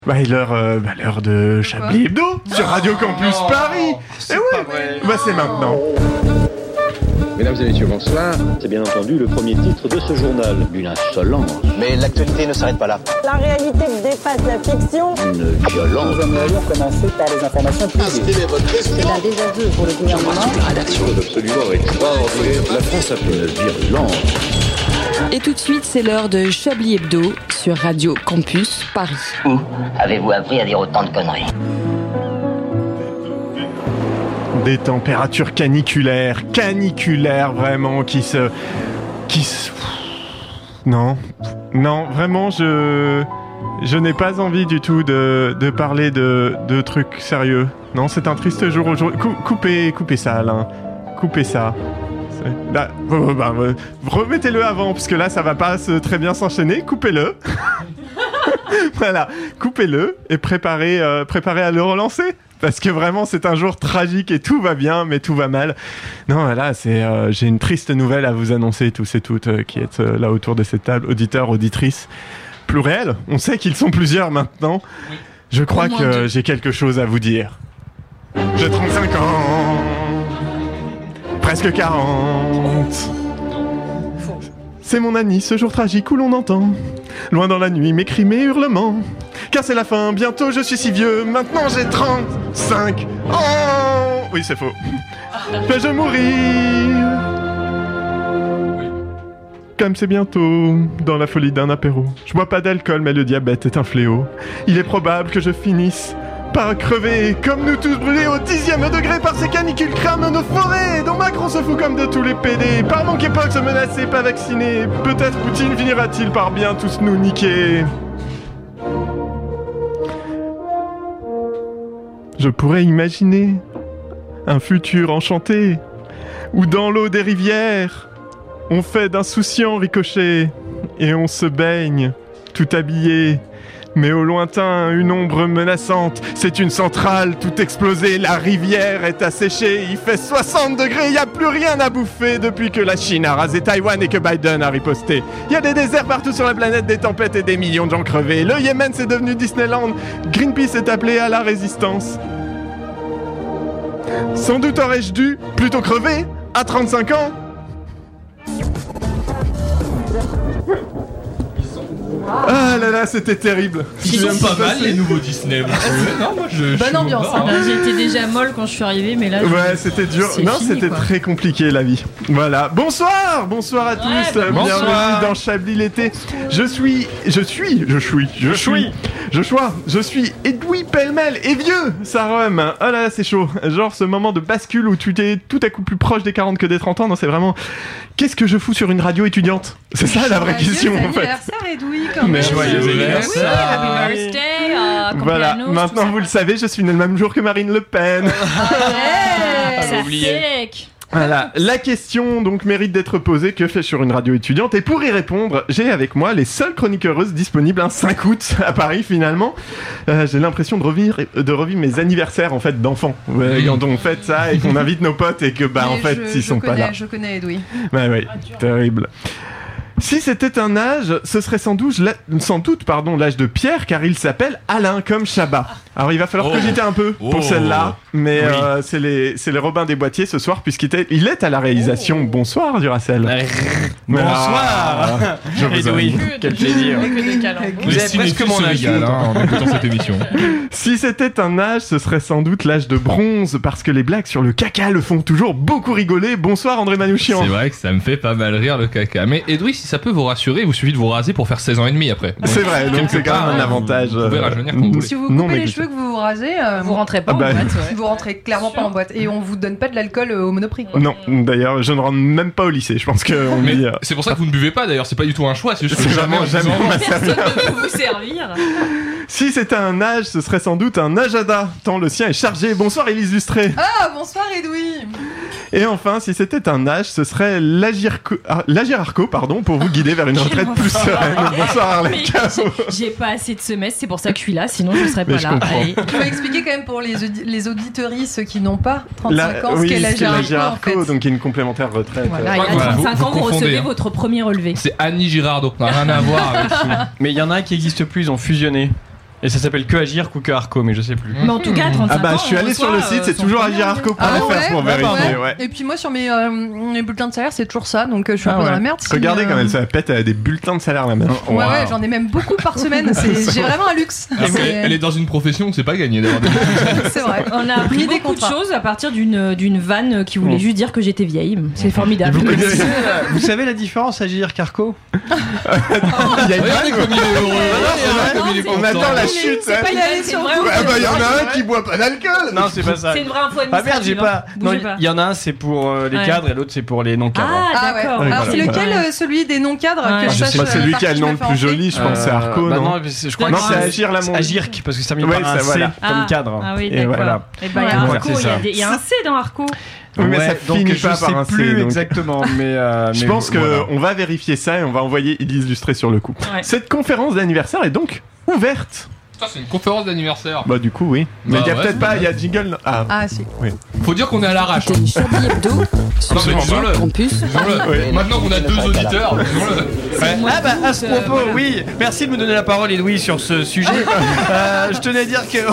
L'heure de Chablis Hebdo sur Radio Campus Paris. C'est pas vrai. C'est maintenant. Mesdames et messieurs, bonsoir. C'est bien entendu le premier titre de ce journal. Une insolence. Mais l'actualité ne s'arrête pas là. La réalité dépasse la fiction. Une violence. Nous aimerions commencer par les informations privées. C'est un désaveu pour le gouvernement. Une rédaction absolument extraordinaire. La France a fait une virulence. Et tout de suite, c'est l'heure de Chablis Hebdo sur Radio Campus Paris. Où avez-vous appris à dire autant de conneries ? Des températures caniculaires vraiment qui se... Non, vraiment, je n'ai pas envie du tout de parler de trucs sérieux. Non, c'est un triste jour aujourd'hui. Coupez ça, Alain. Coupez ça. Remettez-le avant, parce que là, ça va pas très bien s'enchaîner. Coupez-le. Voilà, coupez-le et préparez à le relancer. Parce que vraiment, c'est un jour tragique et tout va bien, mais tout va mal. Non, voilà, j'ai une triste nouvelle à vous annoncer, tous et toutes qui êtes là autour de cette table, auditeurs, auditrices, pluriels. On sait qu'ils sont plusieurs maintenant. Oui. Je crois que j'ai quelque chose à vous dire. J'ai 35 ans, presque 40. C'est mon Annie, ce jour tragique où l'on entend, loin dans la nuit, mes cris, mes hurlements. Car c'est la fin, bientôt je suis si vieux, maintenant j'ai 35 ans. Oui, c'est faux. Vais-je mourir? Comme c'est bientôt, dans la folie d'un apéro. Je bois pas d'alcool, mais le diabète est un fléau. Il est probable que je finisse par crever, comme nous tous brûlés au 10e degré par ces canicules crament nos forêts, dont Macron se fout comme de tous les PD. Par monkeypox menacé, pas vacciné, peut-être Poutine finira-t-il par bien tous nous niquer. Je pourrais imaginer un futur enchanté, où dans l'eau des rivières, on fait d'insouciants ricochets, et on se baigne, tout habillé. Mais au lointain, une ombre menaçante, c'est une centrale tout explosée, la rivière est asséchée, il fait 60 degrés, y a plus rien à bouffer depuis que la Chine a rasé Taïwan et que Biden a riposté. Y a des déserts partout sur la planète, des tempêtes et des millions de gens crevés. Le Yémen c'est devenu Disneyland, Greenpeace est appelé à la résistance. Sans doute aurais-je dû plutôt crever à 35 ans. Ah là là, c'était terrible. Ils sont pas mal les nouveaux Disney. Non, moi je. Bonne ambiance. J'étais déjà molle quand je suis arrivée, mais là. Ouais, c'était dur. Non, fini, c'était très compliqué la vie. Voilà. Bonsoir à tous. Bienvenue dans Chablis l'été. Je suis Edoui pêle-mêle et vieux. Ça rhum. Oh là là, c'est chaud. Genre ce moment de bascule où tu t'es tout à coup plus proche des 40 que des 30 ans. Non, c'est vraiment. Qu'est-ce que je fous sur une radio étudiante? C'est ça la vraie question en fait. Anniversaire Edoui quand même. Joyeux anniversaire. Happy birthday. Voilà, maintenant vous le savez, je suis né le même jour que Marine Le Pen. Ça oublié. Voilà, la question donc mérite d'être posée, que fais-je sur une radio étudiante? Et pour y répondre, j'ai avec moi les seules chroniqueuses disponibles un 5 août à Paris finalement. J'ai l'impression de revivre mes anniversaires en fait d'enfants. Quand on fait ça et qu'on invite nos potes et que en fait ils sont pas là. Je connais Edoui. Bah oui, terrible. Si c'était un âge, ce serait sans doute l'âge de Pierre, car il s'appelle Alain, comme Chabat. Alors il va falloir cogiter un peu pour celle-là, mais oui. C'est les Robins des Boîtiers ce soir, puisqu'il est à la réalisation. Bonsoir Duracell. Bonsoir. Je vous aime. Quel plaisir. Vous avez presque mon âge en écoutant cette émission. Si c'était un âge, ce serait sans doute l'âge de bronze, parce que les blagues sur le caca le font toujours beaucoup rigoler. Bonsoir André Manouchian. C'est vrai que ça me fait pas mal rire le caca. Mais Edoui, si ça peut vous rassurer, il vous suffit de vous raser pour faire 16 ans et demi après. C'est vrai, donc c'est quand même un avantage. Vous pouvez rajeunir comme vous voulez. Si vous coupez les cheveux que vous vous rasez, vous rentrez pas en boîte. Vous rentrez clairement pas en boîte. Et on vous donne pas de l'alcool au Monoprix. Non, d'ailleurs, je ne rentre même pas au lycée. Je pense que c'est pour ça que vous ne buvez pas d'ailleurs, c'est pas du tout un choix, c'est juste que jamais personne ne peut vous servir. Si c'était un âge, ce serait sans doute un agenda, tant le sien est chargé. Bonsoir Élise Lustré. Ah, bonsoir Edoui. Et enfin, si c'était un âge, ce serait l'Agirarco, pour vous guider vers une retraite plus sereine. Bonsoir Arlène. J'ai pas assez de semestres, c'est pour ça que je suis là, sinon je serais pas là. Tu vas expliquer quand même pour les auditeuristes qui n'ont pas 35 ans ce qu'est l'Agirarco, en fait. Donc qui est une complémentaire retraite. Voilà, il y a 35 ans, vous recevez votre premier relevé. C'est Annie Girardot, n'a rien à voir avec ça. Mais il y en a qui n'existent plus, ils ont fusionné. Et ça s'appelle que Agir ou que Arco, mais je sais plus. Mais en tout cas, à 35 ans. Je suis allé sur le site, c'est toujours agirarco.fr pour vérifier. Ouais. Et puis moi, sur mes bulletins de salaire, c'est toujours ça, donc je suis un peu dans la merde. Regardez comme elle se la pète, elle a des bulletins de salaire la même. Ouais, j'en ai même beaucoup par semaine. J'ai vraiment un luxe. Elle est dans une profession où c'est pas gagné d'avoir des C'est vrai. On a appris beaucoup de choses à partir d'une vanne qui voulait juste dire que j'étais vieille. C'est formidable. Vous savez la différence Agir qu'Arco? Il y a une vanne comme il est heureux. On attend la chute. Il y en a un qui boit pas d'alcool. Non, c'est pas ça. C'est une vraie info Ah merde, j'ai pas. Non, il y en a un, c'est pour les cadres et l'autre, c'est pour les non-cadres. Ah, d'accord. Alors, c'est lequel, celui des non-cadres que je sache? C'est celui qui a le nom le plus joli, je pense, c'est Arco, non? Non, je crois que c'est Agir la montre. Agir, parce que ça met par un C comme cadre. Ah oui, d'accord. Et bah, il y a un C dans Arco. Oui, mais ça finit pas par un C. Plus exactement, mais je pense qu'on va vérifier ça et on va envoyer illustré sur le coup. Cette conférence d'anniversaire est donc ouverte. C'est une conférence d'anniversaire. Bah du coup oui. Mais il y a peut-être pas, il y a jingle. Ah si. Oui. Faut dire qu'on est à l'arrache. C'était Chablis Hebdo sur Radio Campus. Maintenant qu'on a 2 auditeurs, Ah bah à ce propos, oui. Merci de me donner la parole Edoui sur ce sujet. Je tenais à dire que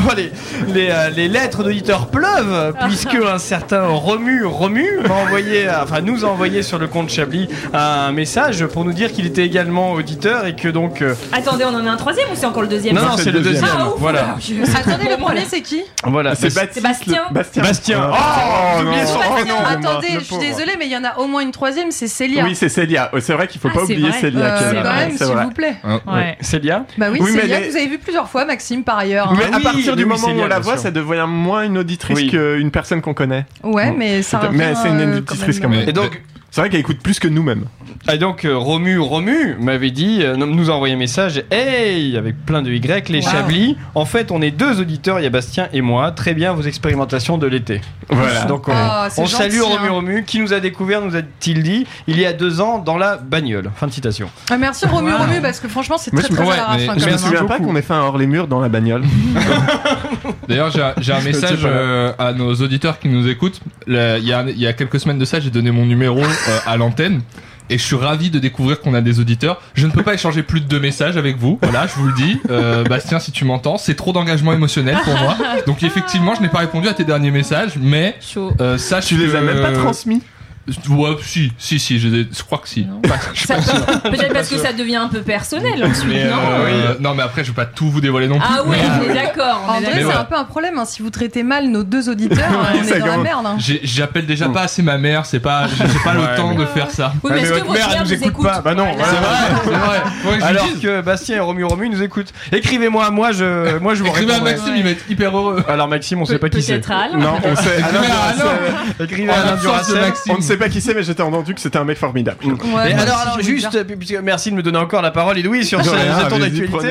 les lettres d'auditeurs pleuvent puisque un certain Romu m'a envoyé, nous a envoyé sur le compte Chablis un message pour nous dire qu'il était également auditeur et que donc. Attendez, on en a un troisième ou c'est encore le deuxième? Non, c'est le deuxième. Voilà. Attendez, le premier c'est qui? Voilà, c'est Bastien. Bastien. Oh non. Attendez, je suis désolée, mais il y en a au moins une troisième, c'est Célia. Oui, c'est Célia. C'est vrai qu'il faut pas oublier Célia. Quand même, s'il vous plaît. Célia. Bah oui, Célia, vous avez vu plusieurs fois, Maxime, par ailleurs. Mais à partir du moment où on la voit, ça devient moins une auditrice qu'une personne qu'on connaît. Ouais, mais ça. Mais c'est une auditrice quand même. Et donc. C'est vrai qu'elle écoute plus que nous-mêmes. Et donc Romu m'avait dit, nous a envoyé un message, hey, avec plein de Y, les Chablis. En fait, on est 2 auditeurs, il y a Bastien et moi. Très bien vos expérimentations de l'été. Voilà. Donc on salue Romu qui nous a découvert, nous a-t-il dit, il y a 2 ans dans la bagnole. Fin de citation. Merci Romu parce que franchement c'est très à la fin. Je me souviens pas qu'on ait fait un hors les murs dans la bagnole. D'ailleurs, j'ai un message à nos auditeurs qui nous écoutent. Il y a quelques semaines de ça, j'ai donné mon numéro à l'antenne. Et je suis ravi de découvrir qu'on a des auditeurs. Je ne peux pas échanger plus de 2 messages avec vous. Voilà, je vous le dis. Bastien, si tu m'entends, c'est trop d'engagement émotionnel pour moi. Donc effectivement, je n'ai pas répondu à tes derniers messages, mais sache tu les as même pas transmis. Ouais, si, je crois que si. Peut-être parce que ça devient un peu personnel ensuite, non, mais après, je vais pas tout vous dévoiler non plus. Ah oui, on est d'accord. En vrai, c'est un peu un problème. Si vous traitez mal nos 2 auditeurs, on est dans la merde. J'appelle déjà pas assez ma mère, j'ai pas le temps de faire ça. Oui, mais est-ce que votre mère nous écoute pas? Bah non, c'est vrai. Alors que Bastien et Romu nous écoutent. Écrivez-moi, moi je vous réponds. Écrivez à Maxime, il va être hyper heureux. Alors Maxime, on sait pas qui c'est. Peut-être Al. Non, on sait. Écrivez à Alain Duracell. On ne sait pas qui c'est, mais j'étais entendu que c'était un mec formidable. Et alors juste, merci de me donner encore la parole, Edoui, sur ce tour d'actualité.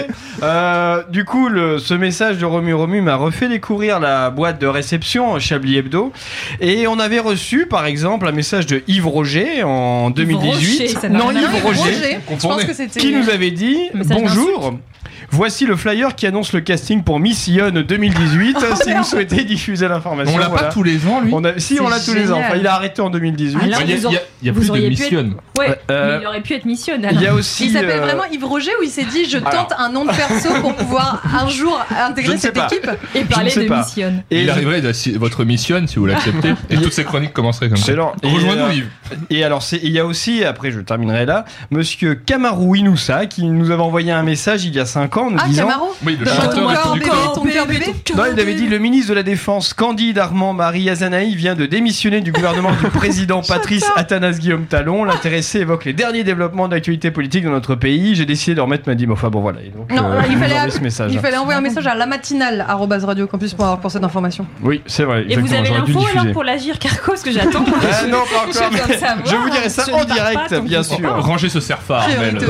Du coup, ce message de Romu m'a refait découvrir la boîte de réception Chablis Hebdo. Et on avait reçu, par exemple, un message de Yves Roger en 2018. Yves Roger. Je pense que c'était. Qui nous avait dit bonjour. Voici le flyer qui annonce le casting pour Miss Yon 2018. Si vous souhaitez diffuser l'information. On l'a pas tous les ans, lui. On l'a tous les ans. Enfin, il a arrêté en 2018. Il y a plus de Mission. Ouais, mais il aurait pu être Mission. Il y a aussi. Il s'appelle vraiment Yves Roger ou il s'est dit je tente un nom de perso pour pouvoir un jour intégrer cette équipe et parler de Mission. Et il arriverait votre Mission si vous l'acceptez et toutes ces chroniques commenceraient comme ça. Rejoins-nous Yves. Et alors il y a aussi, après je terminerai là, Monsieur Kamaru Inoussa qui nous avait envoyé un message il y a 5 ans nous disant. Kamaru. Oui, le chanteur. Ton cœur bébé. Non, il avait dit le ministre de la Défense Candide Armand Marie Azanaï vient de démissionner du gouvernement du président Patrice Athanas Guillaume Talon. L'intéressé évoque les derniers développements d'actualité politique dans notre pays. J'ai décidé de remettre ma dîme. Enfin bon voilà. Et donc, il fallait envoyer un message à lamatinale@radiocampus.org pour cette information. Oui, c'est vrai. Et vous avez l'info alors pour l'Agir Carco, parce que j'attends. Non, pas encore. Je vous dirai ça en direct, bien sûr. Rangez ce serre-phare.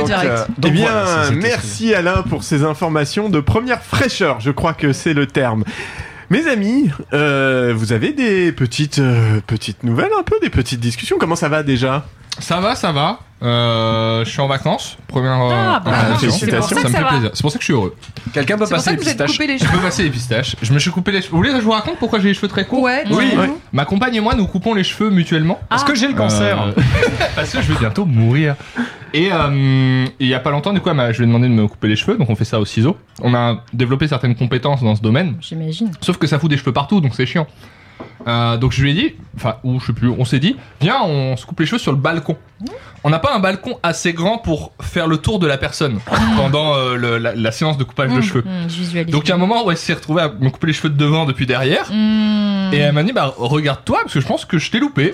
Eh bien, merci Alain pour ces informations de première fraîcheur, je crois que c'est le terme. Mes amis, vous avez des petites nouvelles un peu, des petites discussions. Comment ça va déjà ? Ça va. Je suis en vacances. Première félicitations. Ça me fait plaisir. C'est pour ça que je suis heureux. Quelqu'un peut passer les pistaches. Je peux passer les pistaches. Je me suis coupé les cheveux. Vous voulez que je vous raconte pourquoi j'ai les cheveux très courts ? Ouais. Oui. Ma compagne et moi, nous coupons les cheveux mutuellement. Parce que j'ai le cancer. Parce que je vais bientôt mourir. Et il y a pas longtemps, du coup, je lui ai demandé de me couper les cheveux, donc on fait ça au ciseau. On a développé certaines compétences dans ce domaine. J'imagine. Sauf que ça fout des cheveux partout, donc c'est chiant. Donc je lui ai dit, je sais plus, on s'est dit, viens, on se coupe les cheveux sur le balcon. On n'a pas un balcon assez grand pour faire le tour de la personne pendant la séance de coupage de cheveux. Donc il y a un moment où elle s'est retrouvée à me couper les cheveux de devant depuis derrière. Et elle m'a dit, regarde-toi, parce que je pense que je t'ai loupé.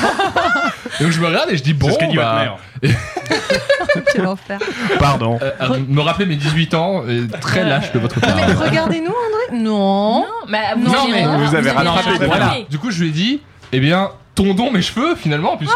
Et donc je me regarde et je dis, bon, c'est ce que dit votre mère. Quel enfer. Pardon. Me rappeler mes 18 ans, très lâche de votre part. Mais regardez-nous, André. Non. mais vous avez rattrapé. Voilà. Du coup, je lui ai dit, eh bien, tondons mes cheveux finalement, puisque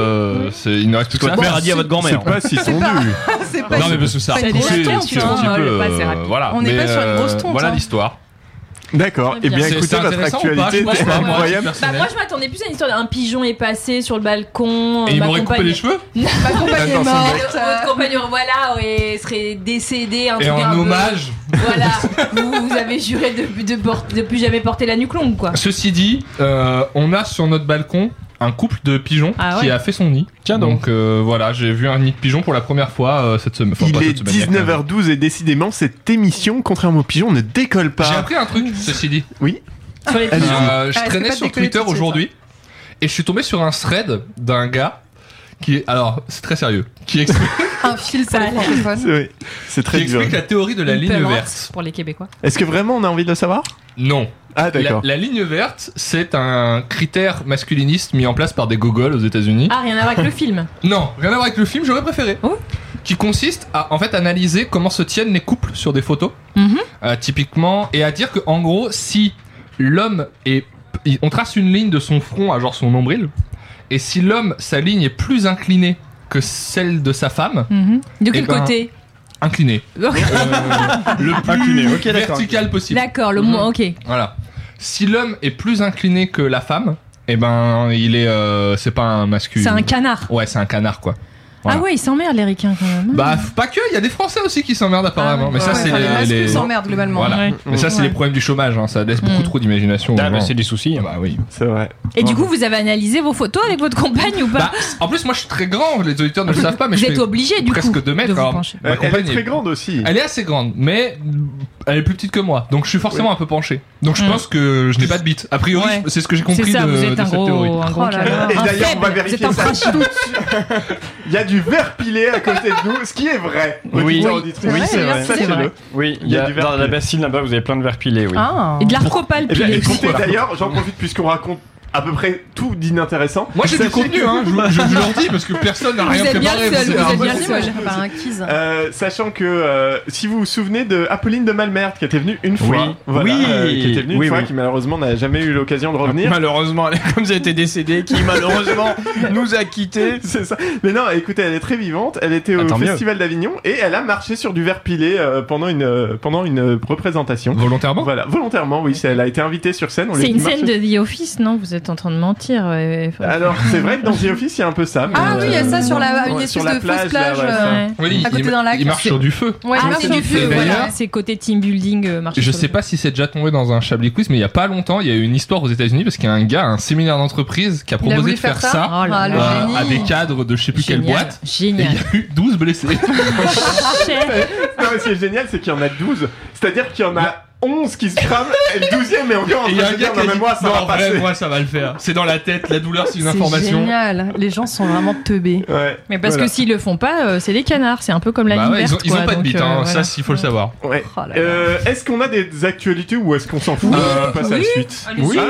il ne reste plus que ça. Votre mère a dit à votre grand-mère. C'est pas si tondu. C'est pas non, mais parce que ça a repoussé un petit peu. Voilà. On n'est pas sur une grosse tonte. Voilà l'histoire. D'accord. Eh bien, écoutez, votre actualité est incroyable. Moi, je m'attendais plus à une histoire d'un pigeon est passé sur le balcon. Et il m'aurait coupé les cheveux. Ma compagne est morte. Votre compagnon, serait décédé. Et en hommage. Voilà. Vous avez juré de plus jamais porter la nuque longue, quoi. Ceci dit, on a sur notre balcon un couple de pigeons qui a fait son nid. Tiens donc. Voilà, j'ai vu un nid de pigeons pour la première fois cette semaine. Il est 19h12 et décidément cette émission, contrairement aux pigeons, ne décolle pas. J'ai appris un truc, ceci dit. Oui. Sur les pigeons. Je traînais sur Twitter aujourd'hui et je suis tombé sur un thread d'un gars qui, alors c'est très sérieux, qui explique un fil pour les francophones. C'est très qui dur. explique la théorie de la ligne verte pour les Québécois. Est-ce que vraiment on a envie de le savoir? Non. Ah d'accord. La ligne verte, c'est un critère masculiniste mis en place par des gogols aux États-Unis. Ah, rien à voir avec le film. Non, rien à voir avec le film, j'aurais préféré. Oh. Qui consiste à en fait analyser comment se tiennent les couples sur des photos, typiquement, et à dire que en gros, si l'homme on trace une ligne de son front à genre son nombril, et si l'homme, sa ligne est plus inclinée que celle de sa femme, de quel côté? Incliné. Le plus incliné, vertical possible. D'accord, le moins, ok. Voilà. Si l'homme est plus incliné que la femme, eh ben, il est, c'est pas un masculin. C'est un canard. Ouais, c'est un canard, quoi. Voilà. Ah ouais, ils s'emmerdent les ricains quand même. Bah pas que, il y a des Français aussi qui s'emmerdent apparemment. Mais ça c'est les s'emmerdent globalement. Voilà. Mais ça c'est les problèmes du chômage, hein. Ça laisse beaucoup trop d'imagination. Ah bah c'est des soucis. Bah oui, c'est vrai. Et du coup vous avez analysé vos photos avec votre compagne ou pas? Bah, en plus moi je suis très grand, les auditeurs ne le savent pas, mais vous êtes obligé du coup presque 2 mètres. Alors, ma compagne est très grande aussi. Elle est assez grande, mais elle est plus petite que moi, donc je suis forcément un peu penché. Donc je pense que je n'ai pas de bite. A priori, c'est ce que j'ai compris de cette théorie. Et d'ailleurs on va vérifier ça. Il y a du verre pilé à côté de nous, ce qui est vrai. Oui, c'est vrai. Sachez-le. Oui, il y a dans la bassine là-bas, vous avez plein de verres pilés. Oui. Et de l'arcopale pilé. Écoutez, d'ailleurs, j'en profite puisqu'on raconte à peu près tout d'inintéressant. Moi j'ai du contenu, hein, je leur dis parce que personne n'a rien préparé. Vous êtes bien seul. Sachant que si vous vous souvenez de Apolline de Malmerde qui était venue une fois, qui était venue une fois, qui malheureusement n'a jamais eu l'occasion de revenir. Malheureusement, comme elle était décédée, qui malheureusement nous a quittés. C'est ça. Mais non, écoutez, elle est très vivante. Elle était au Festival d'Avignon et elle a marché sur du verre pilé pendant une représentation. Volontairement. Voilà, volontairement, oui. Elle a été invitée sur scène. C'est une scène de The Office, non? Vous êtes en train de mentir. Alors, c'est vrai que dans The Office, il y a un peu ça. Ah oui, il y a ça sur une espèce de fausse plage à côté d'un lac. Il marche sur du feu. Ouais, il marche sur du feu. Voilà, c'est côté team building. Je sais pas si c'est déjà tombé dans un Chablis Quiz, mais il y a pas longtemps, il y a eu une histoire aux États-Unis parce qu'il y a un gars, un séminaire d'entreprise, qui a proposé de faire ça à des cadres de je sais plus quelle boîte. Génial. Et il y a eu 12 blessés. Non, mais ce qui est génial, c'est qu'il y en a 12. C'est-à-dire qu'il y en a 11 qui se crament et le 12e est encore en train de dire non mais moi ça va passer. Moi ça va le faire. C'est dans la tête, la douleur c'est une information. C'est génial, les gens sont vraiment teubés. Ouais. Mais parce que s'ils le font pas, c'est des canards, c'est un peu comme la ligne verte. Ils ont pas de bite, hein, ça il faut le savoir. Ouais. Est-ce qu'on a des actualités ou est-ce qu'on s'en fout? On passe à la suite.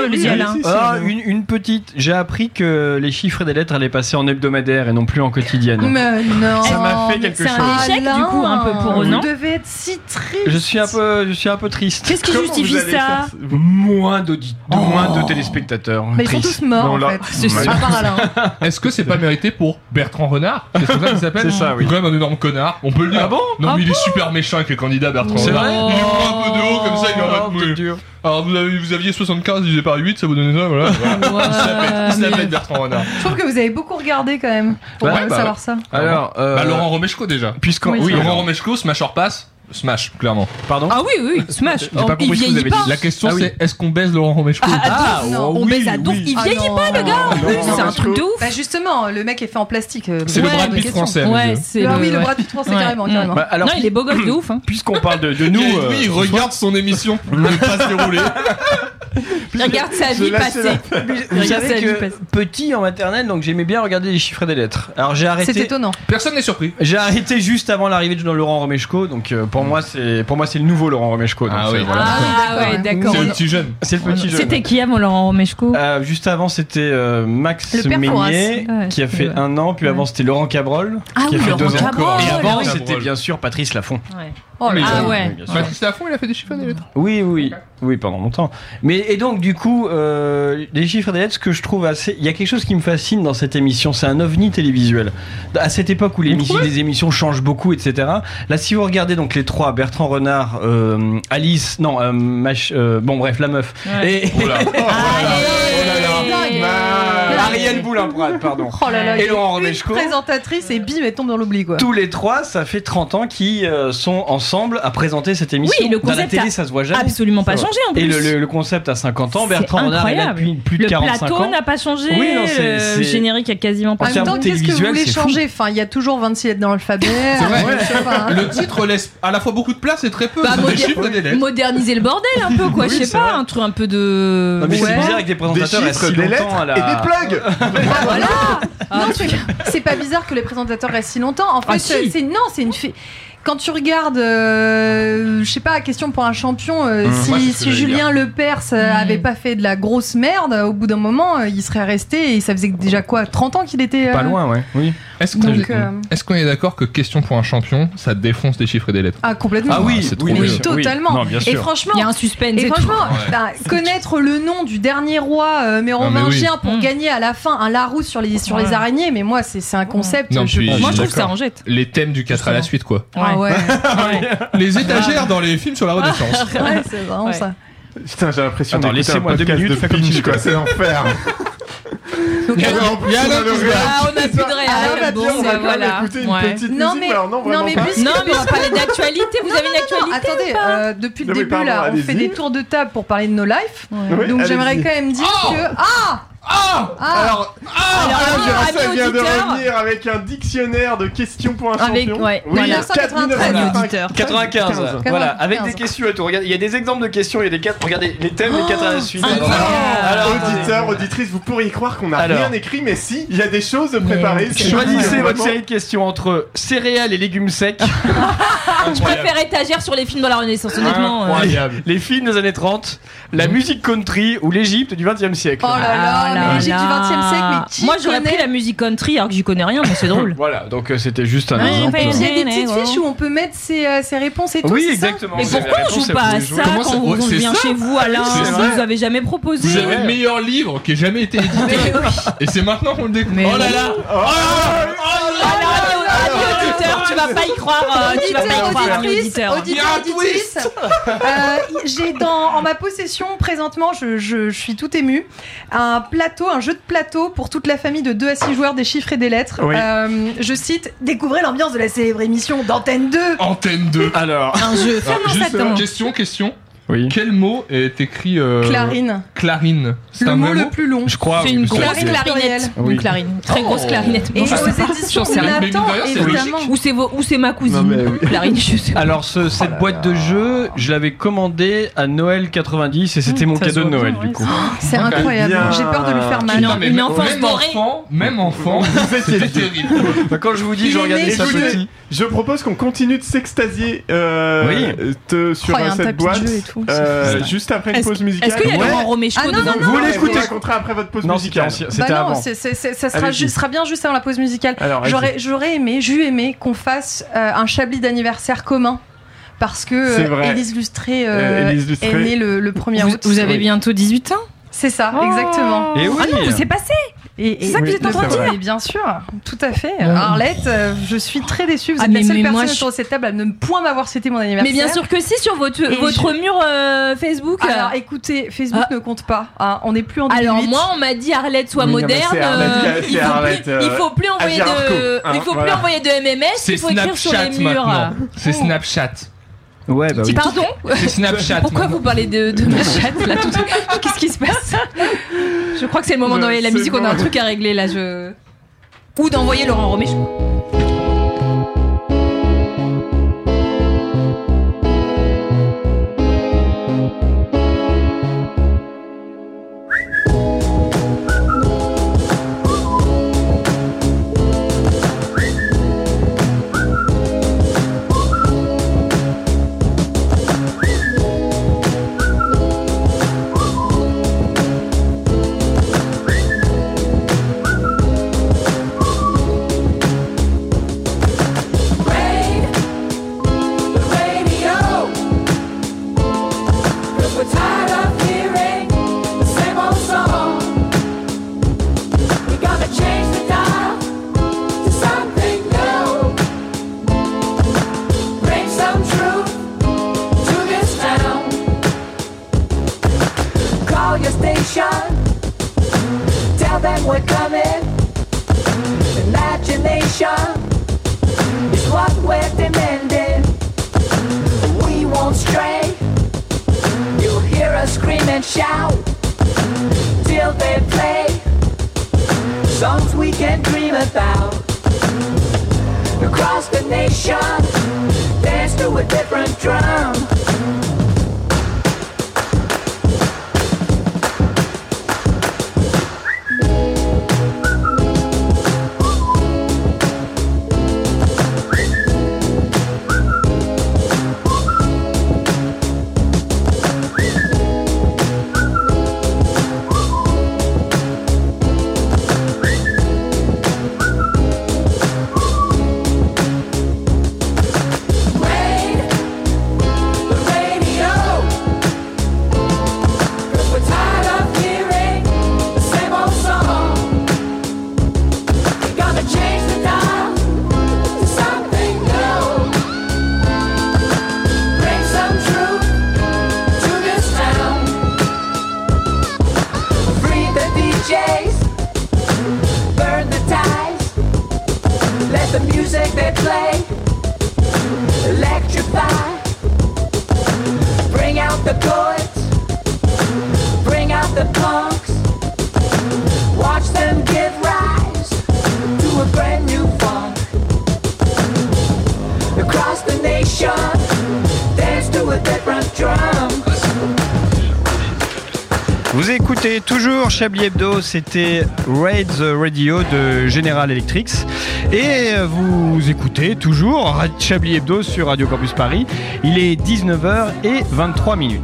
Une petite, j'ai appris que les chiffres des lettres allaient passer en hebdomadaire et non plus en quotidienne. Mais non. Ça m'a fait quelque chose. C'est un échec du coup un peu pour eux, non? Vous devez être si triste. Je suis un peu triste. Qu'est-ce qui justifie ça? Moins de téléspectateurs. Mais ils sont tous morts en fait. C'est à part Alain. Est-ce que c'est pas mérité pour Bertrand Renard? C'est comme ça qu'il s'appelle? C'est ça, oui. Quand même un énorme connard. On peut le dire. Ah bon? Non, mais il est super méchant avec les candidats, Bertrand Renard. C'est vrai? Il prend un peu de haut comme ça, il est en mode. Alors vous aviez 75 divisé par 8, ça vous donnait ça, voilà. Il se la pète Bertrand Renard. Je trouve que vous avez beaucoup regardé quand même pour savoir ça. Alors, Laurent Romeshko déjà. Laurent Romeshko, Smash or Pass. Smash, clairement. Pardon? Ah oui, Smash. J'ai pas compris ce que vous avez dit. La question c'est est-ce qu'on baise Laurent Romeshko? On baise à donf. Il vieillit pas, le gars. En plus, c'est un truc de ouf. Bah justement, le mec est fait en plastique. C'est le Brad Pitt français. Ouais, c'est le Brad Pitt français carrément. Alors, non, il est beau gosse de ouf. Puisqu'on parle de nous, lui, il regarde son émission. Ne pas se dérouler. Regarde sa vie passée. Vous savez que petit en maternelle, donc j'aimais bien regarder les chiffres et des lettres. Alors j'ai arrêté. C'est étonnant. Personne n'est surpris. J'ai arrêté juste avant l'arrivée de Laurent Romeshko, donc pour moi c'est le nouveau Laurent Romeshko. Ah oui. Voilà. Ah ouais, d'accord. C'est le petit jeune. C'est le petit jeune. C'était qui avant Laurent Romeshko? Juste avant c'était Max Le Meignet qui a fait 1 an, puis avant c'était Laurent Cabrol qui a fait 2 ans. Et avant c'était bien sûr Patrice Laffont. Oh là ah ouais. Patrice Laffont, il a fait des chiffres et des lettres. Oui, pendant longtemps. Mais et donc du coup, les chiffres et des lettres, ce que je trouve assez, il y a quelque chose qui me fascine dans cette émission, c'est un ovni télévisuel. À cette époque où les émissions changent beaucoup, etc. Là, si vous regardez donc les trois, Bertrand Renard, Alice, non, bon bref, la meuf, et Ariel Boulin-Prat, pardon. Oh là là, et Laurent Romeshko. Présentatrice et bim, elle tombe dans l'oubli quoi. Tous les trois, ça fait 30 ans qu'ils sont ensemble à présenter cette émission. Oui, le concept dans la télé, ça se voit jamais. Absolument pas changé en plus. Et le concept a 50 ans. Bertrand Renard est là depuis plus de 45 ans. Le plateau n'a pas changé. Oui, non, le générique a quasiment pas changé. En même temps, qu'est-ce que vous voulez changer? Enfin, il y a toujours 26 lettres dans l'alphabet. C'est vrai. Le titre laisse à la fois beaucoup de place et très peu. Des chiffres et des lettres. Moderniser le bordel un peu quoi. Je sais pas, un truc un peu de. Non mais c'est bizarre avec des présentateurs restent si longtemps à la. Et des plugs. Voilà. Non, c'est pas bizarre que les présentateurs restent si longtemps. En fait, c'est une fée. Quand tu regardes, je sais pas, question pour un champion, si Julien Lepers avait pas fait de la grosse merde, au bout d'un moment, il serait resté et ça faisait déjà quoi, 30 ans qu'il était. Pas loin, ouais. Oui. Est-ce qu'on est d'accord que question pour un champion, ça défonce des chiffres et des lettres? Ah, complètement. Ah oui, c'est trop oui, totalement. Non, bien sûr. Et franchement, il y a un suspense. Et franchement, connaître le nom du dernier roi mérovingien pour gagner à la fin un Larousse sur les araignées, mais moi, c'est un concept. Non, moi, je trouve ça en jette. Les thèmes du 4 à la suite, quoi. Ah ouais. Les étagères dans les films sur la Renaissance. Ouais, c'est vraiment ça. Putain, j'ai l'impression de laissez-moi 2 minutes de pitch, quoi. C'est l'enfer. On a plus de réel. Bon, on va voilà. Écouter une petite musique. Non, mais on va parler d'actualité. Vous avez une actualité? Attendez, depuis le début, là, on fait des tours de table pour parler de nos lives. Donc j'aimerais quand même dire que... Alors, Jérassa vient de revenir avec un dictionnaire de questions pour un champion. Oui, 95. Voilà, avec des questions et tout. Regardez, il y a des exemples de questions, il y a des 4. Regardez les thèmes, les 4 à la suite. Alors, auditeurs, auditrices, vous pourriez croire qu'on n'a rien écrit, mais si, il y a des choses préparées. Choisissez votre série de questions entre céréales et légumes secs. Je préfère étagère sur les films de la Renaissance, honnêtement. Les films des années 30, la musique country ou l'Égypte du 20e siècle. Oh là là. Mais l'Égypte du 20e siècle, mais moi j'aurais pris la musique country alors que j'y connais rien, mais c'est drôle. Voilà, donc c'était juste un exemple. Il y a des petites fiches où on peut mettre ses réponses et tout. Oui, exactement. Mais pourquoi on joue pas à ça quand on vient chez vous, Alain? Vous avez jamais proposé. Vous avez le meilleur livre qui ait jamais été édité. Et c'est maintenant qu'on le découvre. Oh là là. Tu vas pas y croire. Tu vas pas y croire, auditeur. Auditrice. J'ai en ma possession présentement, je suis tout émue, un jeu de plateau pour toute la famille de 2 à 6 joueurs des chiffres et des lettres. Oui. Je cite: découvrez l'ambiance de la célèbre émission d'Antenne 2. Antenne 2. Alors, un jeu. Question. Oui. Quel mot est écrit Clarine. Clarine. C'est le mot le plus long. Je crois. C'est une grosse clarinette. Une clarine. Très grosse clarinette. Et aux éditions Nathan, évidemment. Ou c'est ma cousine. Clarine, je sais pas. Alors cette boîte de jeu, je l'avais commandée à Noël 90 et c'était mon cadeau de Noël du coup. C'est incroyable. J'ai peur de lui faire mal. Une enfance dorée. Même enfant, c'était terrible. Quand je vous dis, je regardais ça petit. Je propose qu'on continue de s'extasier sur cette boîte. Juste après une pause musicale. Est-ce qu'il y a Laurent Romeshko dedans? Vous l'écoutez après votre pause musicale. C'était avant. Ça sera bien juste avant la pause musicale. J'aurais aimé qu'on fasse un Chablis d'anniversaire commun. Parce que Élise Lustré est née le 1er août. Vous avez bientôt 18 ans? C'est ça, exactement. Et oui. Ah non, c'est passé. C'est ça que vous êtes en train de dire? Mais bien sûr, tout à fait. Arlette, je suis très déçue. Vous êtes la seule personne autour de cette table à ne point m'avoir cité mon anniversaire. Mais bien sûr que si, sur votre mur Facebook. Alors écoutez, Facebook ne compte pas. On n'est plus en 2008. Alors moi, on m'a dit Arlette soit moderne. Il faut plus envoyer de MMS. C'est il faut écrire sur les Snapchat murs. maintenant. C'est Snapchat. Ouais, bah oui. Pardon. C'est Snapchat. Pourquoi vous parlez de ma chatte là Qu'est-ce qui se passe? Je crois que c'est le moment d'envoyer la musique. On a un truc à régler là. Ou d'envoyer Laurent Roméchou. Vous écoutez toujours Chablis Hebdo, c'était Raid the Radio de General Electric. Et vous écoutez toujours Chablis Hebdo sur Radio Campus Paris. Il est 19h23.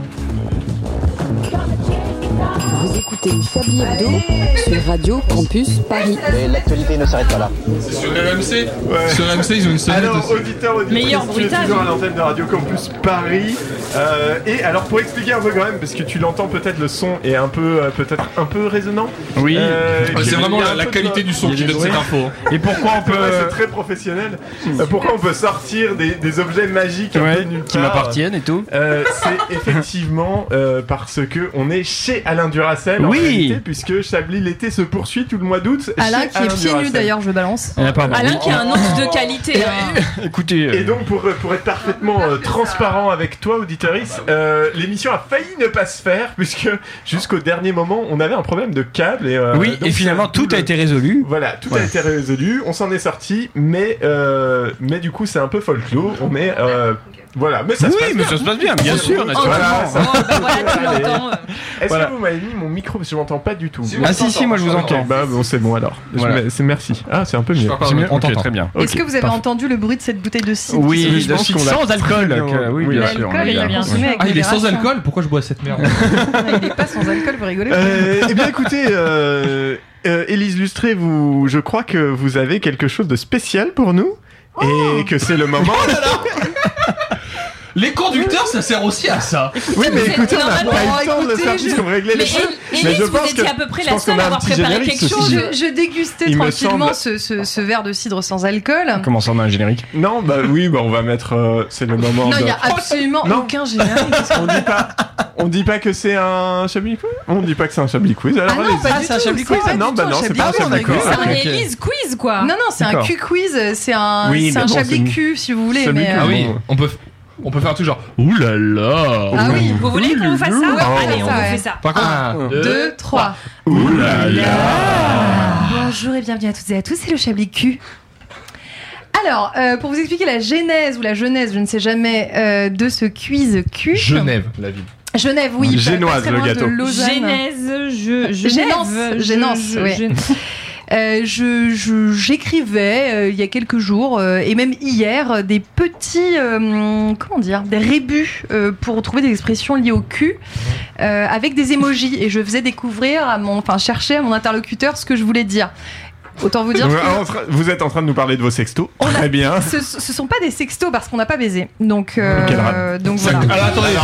Vous écoutez Chablis Hebdo sur Radio Campus Paris. Et l'actualité ne s'arrête pas là. C'est sur RMC. Ouais. Sur RMC, ils ont une sonnette. Alors, auditeur, meilleur bruitage. Toujours à l'antenne de Radio Campus Paris. Et alors, pour expliquer un peu quand même, parce que tu l'entends peut-être, le son est un peu, peut-être un peu résonnant. Oui. C'est vraiment la qualité du son qui donne cette info. Et pourquoi on peut. C'est très professionnel. Pourquoi on peut sortir des objets magiques un peu nulle part, qui m'appartiennent et tout. C'est effectivement parce que on est chez Alain Duracell. Oui. En réalité, puisque Chablis l'été se poursuit tout le mois d'août. Alain qui est pieds nus d'ailleurs, je balance. Alain qui a un once de qualité. Écoutez. Et donc pour être parfaitement transparent avec toi, auditorice, l'émission a failli ne pas se faire puisque jusqu'au dernier moment on avait un problème de câble et finalement tout a été résolu. Voilà, tout a été résolu. On s'en est sorti, mais du coup c'est un peu folklore. On est voilà, mais ça se passe bien. Ça se passe bien, bien sûr. Voilà, tu l'entends. Est-ce que vous m'avez mis mon micro parce que je m'entends pas du tout? Si, moi je vous entends. Bah bon, c'est bon alors. Voilà. Merci. Ah, c'est un peu mieux. On t'entend très bien. Est-ce que vous avez entendu le bruit de cette bouteille de cidre? Oui, je pense qu'on sans alcool. Oui, bien sûr. Il est sans alcool. Pourquoi je bois cette merde? Il est pas sans alcool, vous rigolez? Eh bien, écoutez. Élise Lustré, je crois que vous avez quelque chose de spécial pour nous et que c'est le moment. Les conducteurs, ça sert aussi à ça. Oui, mais écoutez, on n'a pas eu le temps de le faire puisqu'on réglait les choses. Mais je pense que à peu près la seule à avoir préparé quelque chose. Je dégustais tranquillement ce verre de cidre sans alcool. Comment ça, on a un générique? Non, bah oui, on va mettre. C'est le moment. Non, il n'y a absolument aucun générique. On dit pas que c'est un Chablis Quiz. On dit pas que c'est un Chablis Quiz. Alors, c'est un Chablis Quiz. Non, bah non, c'est pas un Chablis Quiz. C'est un Élise Quiz, quoi. Non, c'est un Q-Quiz. C'est un Chablis Q, si vous voulez. Ah oui, on peut. On peut faire tout genre ouh là là. Ah oui. Vous voulez qu'on vous fasse ça? Allez, on vous fait ça. Par contre, 1, 2, 3. ouh là là. Bonjour et bienvenue à toutes et à tous, c'est le Chablis Q. Alors, pour vous expliquer la genèse ou la jeunesse, je ne sais jamais, de ce quiz Q. Genève, la ville. Genève, oui. Génoise, le gâteau. Génance, oui. J'écrivais il y a quelques jours et même hier des petits des rébus pour trouver des expressions liées au cul avec des emojis et je faisais découvrir chercher à mon interlocuteur ce que je voulais dire. Autant vous dire que vous êtes en train de nous parler de vos sextos. Très bien. Ce sont pas des sextos parce qu'on n'a pas baisé. Donc Quel voilà. Alors attendez,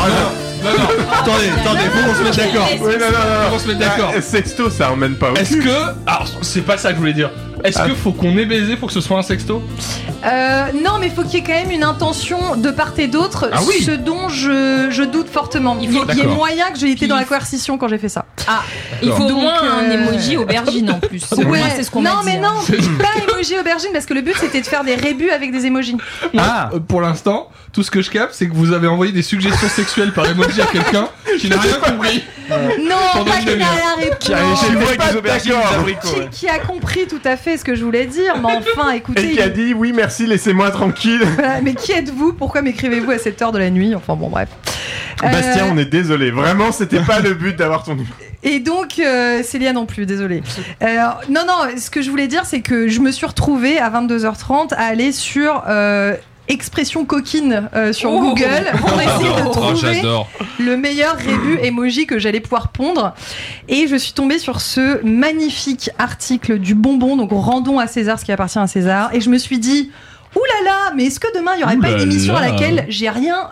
Attendez, faut qu'on se mette d'accord. Oui, non. on se met d'accord. Sexto, ça emmène pas au Est-ce cul. que alors c'est pas ça que je voulais dire. Est-ce que faut qu'on ait baisé pour que ce soit un sexto? Non, mais il faut qu'il y ait quand même une intention de part et d'autre, Ah oui. ce dont je doute fortement. Il faut qu'il y ait D'accord. moyen que j'ai été dans la coercition quand j'ai fait ça. Ah, il faut au Donc, moins un emoji aubergine en plus. Ouais. Moi, c'est ce qu'on m'a Non, dit. mais non, pas emoji aubergine parce que le but c'était de faire des rébus avec des emojis. Pour l'instant, tout ce que je capte, c'est que vous avez envoyé des suggestions sexuelles par emoji à quelqu'un qui n'a rien compris. Non, Pendant pas une qu'il n'a demi-heure. rien répondu. Qui arrive chez vous avec des aubergines, des abricots. Qui a compris tout à fait ce que je voulais dire, mais enfin, écoutez. Et qui a dit oui, merci, laissez-moi tranquille. Voilà, mais qui êtes-vous? Pourquoi m'écrivez-vous à cette heure de la nuit? Enfin bon, bref. Bastien, on est désolé. Vraiment, c'était pas le but d'avoir ton numéro. Et donc, Célia non plus, désolée. Non, ce que je voulais dire, c'est que je me suis retrouvée à 22h30 à aller sur expression coquine sur Google pour essayer de trouver le meilleur rébut emoji que j'allais pouvoir pondre. Et je suis tombée sur ce magnifique article du Bonbon, donc rendons à César ce qui appartient à César. Et je me suis dit... Ouh là là, mais est-ce que demain il n'y aurait pas une émission à laquelle j'ai rien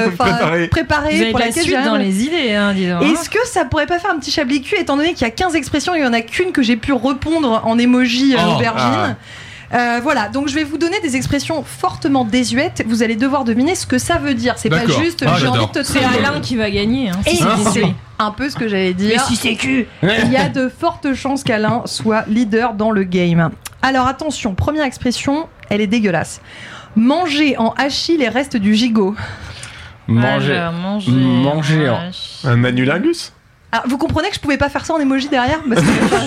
préparé Vous avez pour de la laquelle suite j'ai rien dans les idées, hein, dis donc. Est-ce que ça pourrait pas faire un petit Chablis Q étant donné qu'il y a 15 expressions, il y en a qu'une que j'ai pu répondre en emoji aubergine. Voilà, donc je vais vous donner des expressions fortement désuètes. Vous allez devoir deviner ce que ça veut dire. C'est pas juste j'ai envie de te C'est traiter. Alain qui va gagner. Hein, Et si c'est un peu ce que j'allais dire. Mais si c'est cul. Il y a de fortes chances qu'Alain soit leader dans le game. Alors attention, première expression, elle est dégueulasse. Manger en hachis les restes du gigot. Manger en... Un annulingus. Alors, vous comprenez que je pouvais pas faire ça en emoji derrière parce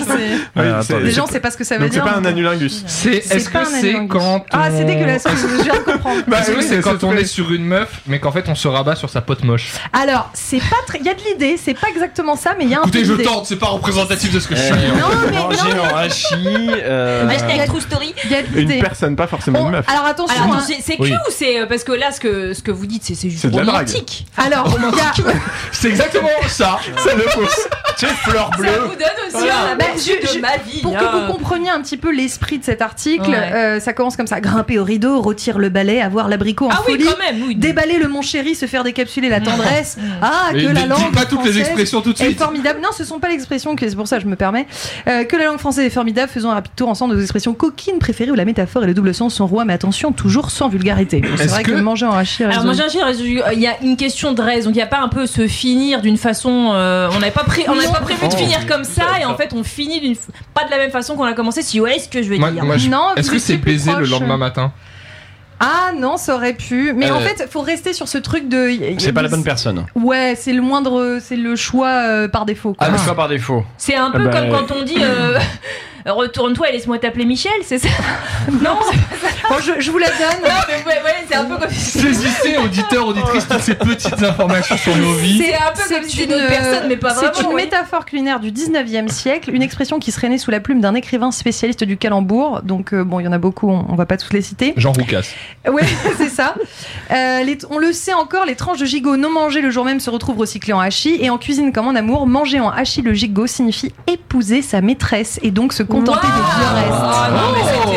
que les gens c'est pas ce que ça veut donc dire. c'est pas un annulingus. Est-ce que c'est quand c'est dégueulasse, je viens de comprendre. Est-ce que c'est quand on est sur une meuf mais qu'en fait on se rabat sur sa pote moche? Alors, c'est pas très... il y a de l'idée, c'est pas exactement ça mais il y a un peu Écoutez, je d'idée. tente, c'est pas représentatif de ce que je suis. Manger en hachis. Hashtag True Story. Il y a de l'idée. Une personne, pas forcément une meuf. Alors attention, Alors, hein. c'est cul ou c'est parce que là ce que vous dites c'est juste C'est de la drague. romantique. Alors, il y a... C'est exactement ça. Ça le pousse. Tu sais, fleur Ça bleue. vous donne aussi un aperçu de ma vie. Pour que vous compreniez un petit peu l'esprit de cet article, Ouais. ça commence comme ça: grimper au rideau, rôtir le balai, avoir l'abricot en Ah oui, folie, quand même, oui. déballer le mon chéri, se faire décapsuler la tendresse. Ah, Mais que la dis langue pas toutes les française expressions tout de est suite. formidable. Non, ce sont pas les expressions, c'est pour ça que je me permets. Que la langue française est formidable, faisons un rapide tour ensemble de nos expressions coquines préférées où la métaphore et le double sens sont rois, mais attention, toujours sans vulgarité. C'est Est-ce vrai que que manger en hachis. Alors moi j'ai un chien, il y a une question de reste, donc il y a pas un peu se finir d'une façon, on n'avait pas prévu de finir comme ça et en fait on finit pas de la même façon qu'on a commencé. Si ouais, ce que je veux dire. Non, Est-ce vous que étiez c'est plus baiser le proche. lendemain matin? Ah non, ça aurait pu. Mais en fait, faut rester sur ce truc de. C'est pas la bonne personne. Ouais, c'est le moindre, c'est le choix par défaut. Quoi. Ah, le choix par défaut. C'est un peu comme quand on dit retourne-toi et laisse-moi t'appeler Michel, c'est ça? Non, bon, je vous la donne. Non, mais ouais, c'est un peu comme si Saisissez, auditeurs, auditrices, toutes ces petites informations sur nos vies. c'est un peu comme si c'était une autre personne, mais pas vraiment. C'est une métaphore culinaire du 19e siècle, une expression qui serait née sous la plume d'un écrivain spécialiste du calembour. Donc bon, il y en a beaucoup, on va pas tous les citer. Jean Roucas. Ouais, c'est ça. On le sait encore, les tranches de gigot non mangées le jour même se retrouvent recyclées en hachis. Et en cuisine comme en amour, manger en hachis le gigot signifie épouser sa maîtresse et donc se contenter des vieux restes. Ah non,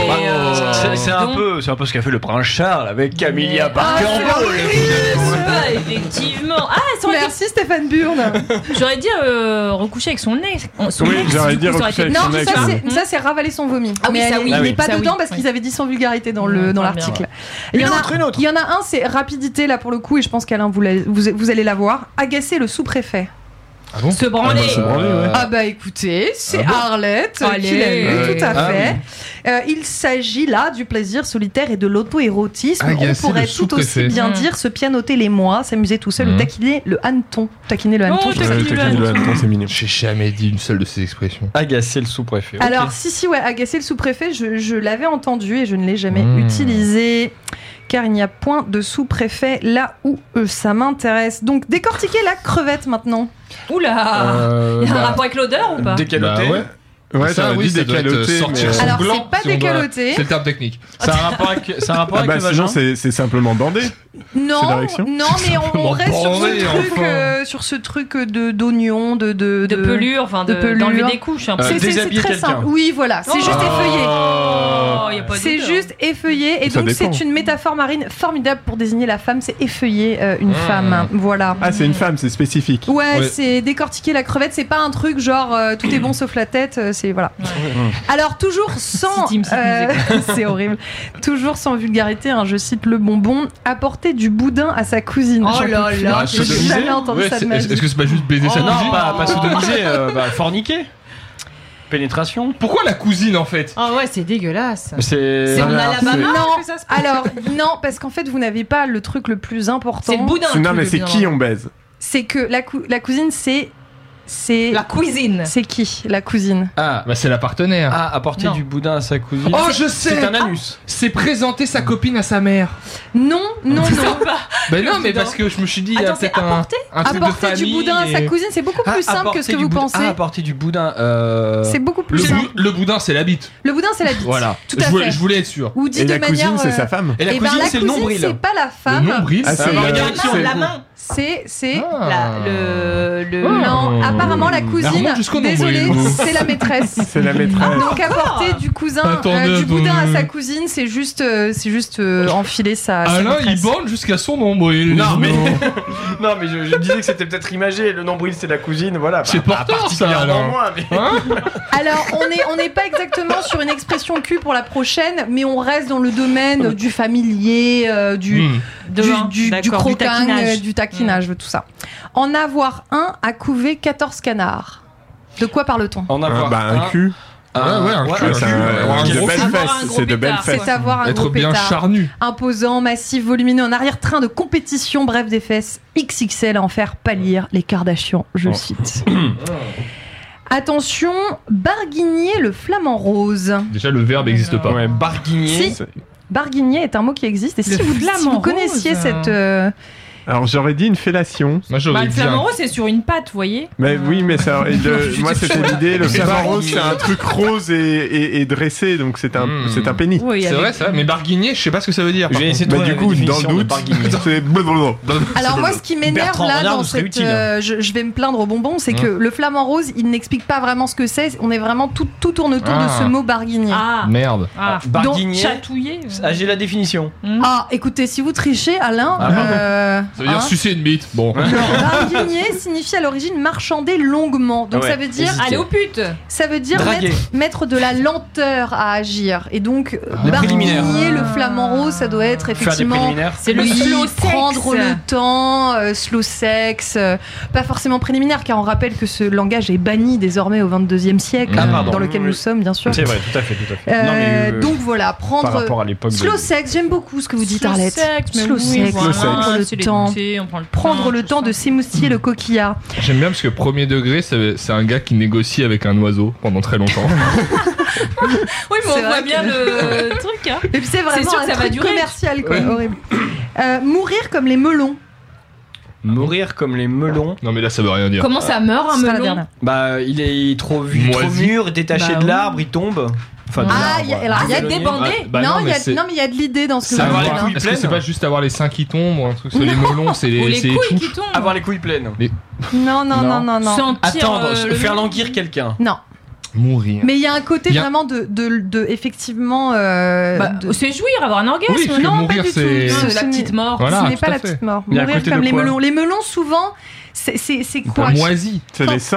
mais C'est un peu ce qu'a fait le prince Charles avec Camilla Parker Bowles. Effectivement. Ah, merci Stéphane Burne. J'aurais dit recoucher avec son ex. Oui, j'aurais dit recoucher avec son ex. Non, ça c'est ravaler son vomi. Ah oui, mais ça oui. il n'est pas Ça dedans oui. parce qu'ils avaient dit sans vulgarité dans l'article. Une autre. Il y en a un, c'est rapidité là pour le coup, et je pense qu'Alain vous allez la voir. Agacer le sous-préfet. Ah bon? Se branler. Ah bah écoutez, c'est Arlette qui Allez. l'a eu, tout à Ah fait. Il s'agit là du plaisir solitaire et de l'auto-érotisme. On Agacer pourrait le tout aussi sous-préfet. bien dire se pianoter les mois, s'amuser tout seul ou taquiner le hanneton. Taquiner le hanneton, je trouve ça Taquiner le hanneton, c'est mignon. J'ai jamais dit une seule de ces expressions. Agacer le sous-préfet. ok. Alors, si, ouais, agacer le sous-préfet, je l'avais entendu et je ne l'ai jamais utilisé. Car il n'y a point de sous-préfet là où ça m'intéresse. Donc, décortiquer la crevette maintenant. Oula. Il y a un rapport avec l'odeur ou pas? Décaloté. Bah ouais. Ouais, ça, j'aurais oui, dit ça doit être décaloté. sortir mais- son Alors, gland, c'est pas si on doit- décaloté. C'est le terme technique. C'est un rapport avec, c'est un rapport Ah avec bah le vagin. sinon c'est simplement bandé. Non, C'est l'érection non, mais on reste sur bandé, ce truc d'oignon, de pelure, enfin de pelure. d'enlever des couches un peu. C'est déshabiller très quelqu'un. simple. Oui, voilà, c'est juste effeuillé. Oh, y a pas C'est d'odeur. juste effeuillé, et Ça donc dépend. c'est une métaphore marine formidable pour désigner la femme. C'est effeuiller une femme. Voilà. Ah, c'est une femme, c'est spécifique. Ouais, c'est décortiquer la crevette. C'est pas un truc genre tout est bon sauf la tête. C'est voilà. Alors toujours sans, Si Tim c'est horrible. Toujours sans vulgarité. Hein, je cite le bonbon. Apporter du boudin à sa cousine. Oh J'en là peux plus. là, J'ai sodomiser. jamais entendu Ouais, ça de ma vie. est-ce que c'est pas juste baiser sa Non, cousine? pas sodomiser, forniquer. Pénétration. Pourquoi la cousine en fait? Ah ouais, c'est dégueulasse. C'est. C'est en Alors, Alabama Non, que ça se passe. alors non, parce qu'en fait vous n'avez pas le truc le plus important. C'est le boudin. Non, le mais truc c'est le qui plus on baise? C'est que la cousine c'est La cuisine. c'est qui la cousine? Ah, Bah c'est la partenaire. apporter Non. du boudin à sa cousine. Oh je sais. C'est un anus. C'est présenter sa copine à sa mère. Non, non, non. Ben non, mais parce que je me suis dit, il y a Attends, c'est peut-être un truc de Apporter famille. du boudin à sa cousine, c'est beaucoup plus simple que ce que vous pensez. Apporter du boudin. C'est beaucoup plus simple. Le boudin, c'est la bite. Le boudin, c'est la bite. Voilà. Tout à fait. Je voulais être sûr. Ou dit Et de la manière. cousine, c'est sa femme. Et la Eh ben, cousine, la c'est le cousine, nombril. c'est pas la Le femme. nombril. Ah, c'est Alors, le- regarde, c'est- la main. C'est. Ah. Non, apparemment la cousine. remonte jusqu'au Désolée, nombril. c'est la maîtresse. C'est la maîtresse. Donc apporter du Attendez, boudin à attendez. sa cousine, c'est juste enfiler sa Alain, il maîtresse. bande jusqu'à son nombril. Non, mais. Non, mais je disais que c'était peut-être imagé. Le nombril, c'est la cousine. Voilà. C'est Pas porteur, ça, particulièrement alors. moi, mais. Hein? Alors, on n'est pas exactement sur une expression cul pour la prochaine, mais on reste dans le domaine du familier, du croquin, taquinage. du taquinage, tout ça. En avoir un à couver 14 canards. De quoi parle-t-on? En avoir Un cul. Ouais, un cul. Ouais, c'est un de gros belles cul. Avoir un fesses. gros C'est de belles pétard. fesses. C'est avoir un Être gros bien pétard. charnu. Imposant, massif, volumineux, en arrière-train de compétition, bref, des fesses XXL à en faire pâlir les Kardashians, je cite. Attention, barguigner le flamant rose. Déjà, le verbe n'existe pas. Ouais, barguigner. Si. Barguigner est un mot qui existe, et si Le vous flamant connaissiez rose. cette... Alors j'aurais dit une fellation. Moi, j'aurais Le dit flamant un... rose, c'est sur une patte, vous voyez. Mais oui, mais ça, moi c'était l'idée. Le flamant rose, barguigner. c'est un truc rose et dressé, donc c'est un pénis. Oui, C'est vrai, ça. Mais barguigner, je sais pas ce que ça veut dire. Je vais essayer de Bah, trouver du la coup, dans définition le de doute, barguigner. c'est blablabla. Alors moi, ce qui m'énerve Bertrand là Renard dans nous serait cette, utile. je vais me plaindre au bonbon, c'est que le flamant rose, il n'explique pas vraiment ce que c'est. On est vraiment tout tourne autour de ce mot barguigner. Ah. Merde. Ah. Barguigner. Chatouiller. Ah, j'ai la définition. Ah, écoutez, si vous trichez, Alain, Ça veut dire hein, sucer une bite. Bon. barguigner signifie à l'origine marchander longuement. Donc Ouais. ça veut dire, Allez aux putes. ça veut dire Draguer. mettre de la lenteur à agir. Et donc Des préliminaires. barguigner le flamant rose, ça doit être Faire des effectivement. préliminaires. C'est le Oui, slow sex. prendre le temps, slow sex, pas forcément préliminaire, car on rappelle que ce langage est banni désormais au 22e siècle, Ah, pardon. dans lequel nous sommes, bien sûr. C'est vrai, tout à fait, tout à fait. Non, mais, Donc voilà, par prendre rapport à l'époque. slow sex, j'aime beaucoup ce que vous dites, Slow Arlette. sex, mais Slow oui, sex, voilà, prendre c'est le les temps, goûters, on prend le prendre pain, le tout temps ça. de s'émoustiller le coquillard. J'aime bien parce que premier degré, c'est un gars qui négocie avec un oiseau pendant très longtemps. Oui, mais C'est on voit vrai bien que- le truc, hein. Et puis c'est vraiment sûr que un ça va truc durer. commercial, quoi, Ouais. horrible. Mourir comme les melons. Mourir comme les melons. Non, mais là, ça veut rien dire. Comment ça meurt un Ce sera la melon? dernière. Bah, il est trop Moisi. mûr, détaché Bah de oui. l'arbre, il tombe. Enfin, de Ah, l'arbre. il y a- alors, il y a Melonnier. débandé. Bah non, non, il y mais a, c'est- non, mais il y a de l'idée dans ce que C'est vous avoir dites. les hein. couilles Est-ce que c'est pleines. pas juste avoir les seins qui tombent ou un truc? Les melons, c'est Ou les. les c'est couilles tout. qui tombent. Avoir les couilles pleines. Non, non, non, non, non. Sentir, Attendre, le faire melon. languir quelqu'un. Non. Mourir. Mais il y a un côté Il y a- vraiment de effectivement. Bah, de- c'est jouir, avoir un orgasme. Oui, parce que non, mourir, pas du tout. c'est- Non, La ce n'est- petite mort. Voilà, ce n'est tout pas à la fait. petite mort. Il y a un Mourir côté comme de les quoi melons. Les melons, souvent, c'est quoi Pas moisi. C'est les seins.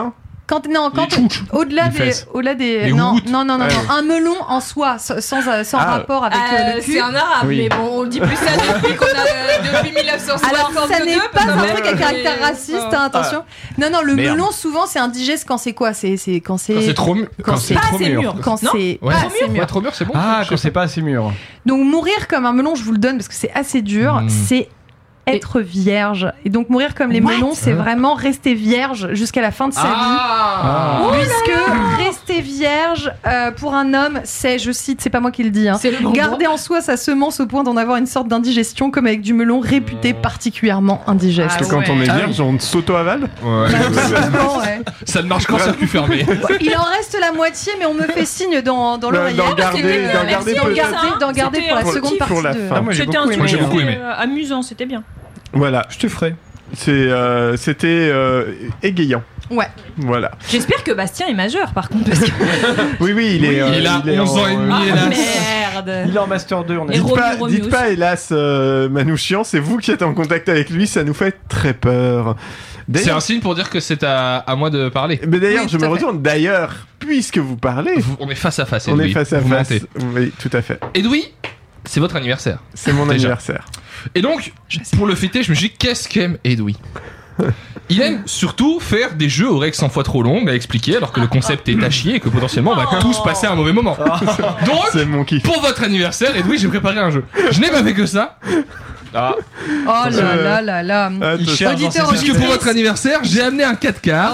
au-delà des non, un melon en soi sans rapport avec le cul. C'est un arabe, mais bon, on dit plus ça depuis 1962. Alors ça n'est pas un truc à caractère raciste, attention. Non, le melon souvent c'est indigeste quand c'est quoi ? C'est quand c'est trop mûr. Quand c'est pas assez mûr. Quand c'est pas assez mûr. Trop mûr, c'est bon. Ah, quand c'est pas assez mûr. Donc mourir comme un melon, je vous le donne parce que c'est assez dur. C'est être vierge. Et donc mourir comme les melons, c'est vraiment rester vierge jusqu'à la fin de sa vie. Puisque rester vierge pour un homme, c'est, je cite, c'est pas moi qui le dis, garder en soi sa semence au point d'en avoir une sorte d'indigestion, comme avec du melon réputé particulièrement indigeste. Parce que quand on est vierge, on s'auto-avale. Ça ne marche qu'en circuit fermé. Il en reste la moitié, mais on me fait signe dans l'oreillette d'en garder pour la seconde partie de... C'était un truc amusant, c'était bien. Voilà. Je te ferai. C'était égayant. Ouais. Voilà. J'espère que Bastien est majeur par contre. Parce que... Oui, il a 11 ans et demi, hélas. Merde. Il est en Master 2. Dites pas, hélas, Manouchian, c'est vous qui êtes en contact avec lui, ça nous fait très peur. C'est un signe pour dire que c'est à moi de parler. Mais d'ailleurs, je me retourne. D'ailleurs, puisque vous parlez... On est face à face, Edoui. On est face à face. Oui, tout à fait. Edoui, c'est votre anniversaire. C'est mon anniversaire. Et donc, pour le fêter, je me suis dit, qu'est-ce qu'aime Edoui ? Il aime surtout faire des jeux aux règles 100 fois trop longues à expliquer, alors que le concept est à chier et que potentiellement on va tous passer un mauvais moment. Donc, pour votre anniversaire, Edoui, j'ai préparé un jeu. Je n'ai pas fait que ça. Oh là là. Puisque pour votre anniversaire, j'ai amené un 4x4.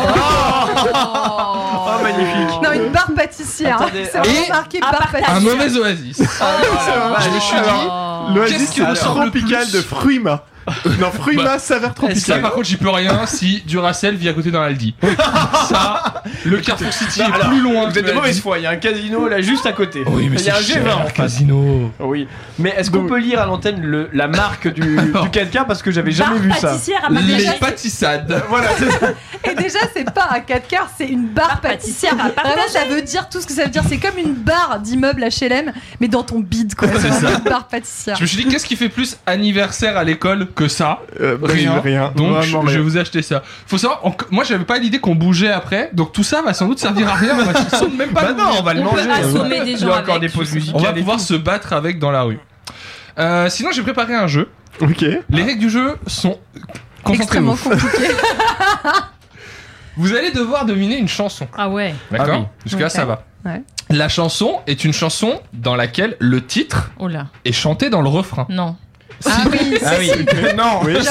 Oh, magnifique. Non, une barre pâtissière. C'est vraiment marqué barre pâtissière. Un mauvais Oasis. Je me suis dit, l'Oasis, c'est le tropical de Fruima. Non, Fruima saveur tropicale. Ça, par contre, j'y peux rien si Duracell vit à côté d'un Aldi. Ça, le Carrefour City est plus loin. Vous êtes de mauvaise foi, il y a un casino là juste à côté. Oui, mais il y a un G20 en casino. Oui. Mais est-ce qu'on peut lire à l'antenne la marque du 4K parce que j'avais jamais vu ça. Les pâtissades. Voilà, c'est ça. Et déjà, c'est pas un 4 quarts, c'est une barre pâtissière. Vraiment, ça veut dire tout ce que ça veut dire. C'est comme une barre d'immeuble HLM, mais dans ton bide, quoi. C'est ça. Une barre pâtissière. Je me suis dit, qu'est-ce qui fait plus anniversaire à l'école que ça? Rien. Donc, je vais vous acheter ça. Faut savoir, moi, j'avais pas l'idée qu'on bougeait après, donc tout ça va sans doute servir à rien. On va même pas. Non, on va le manger. On peut assommer des gens. Il y a encore des pauses musicales. On va pouvoir se battre avec dans la rue. Sinon, j'ai préparé un jeu. Ok. Les règles du jeu sont extrêmement compliquées. Vous allez devoir deviner une chanson. Ah ouais. D'accord. Jusque-là, ça va. Ouais. La chanson est une chanson dans laquelle le titre est chanté dans le refrain. Non. Ah oui. Non. Oui.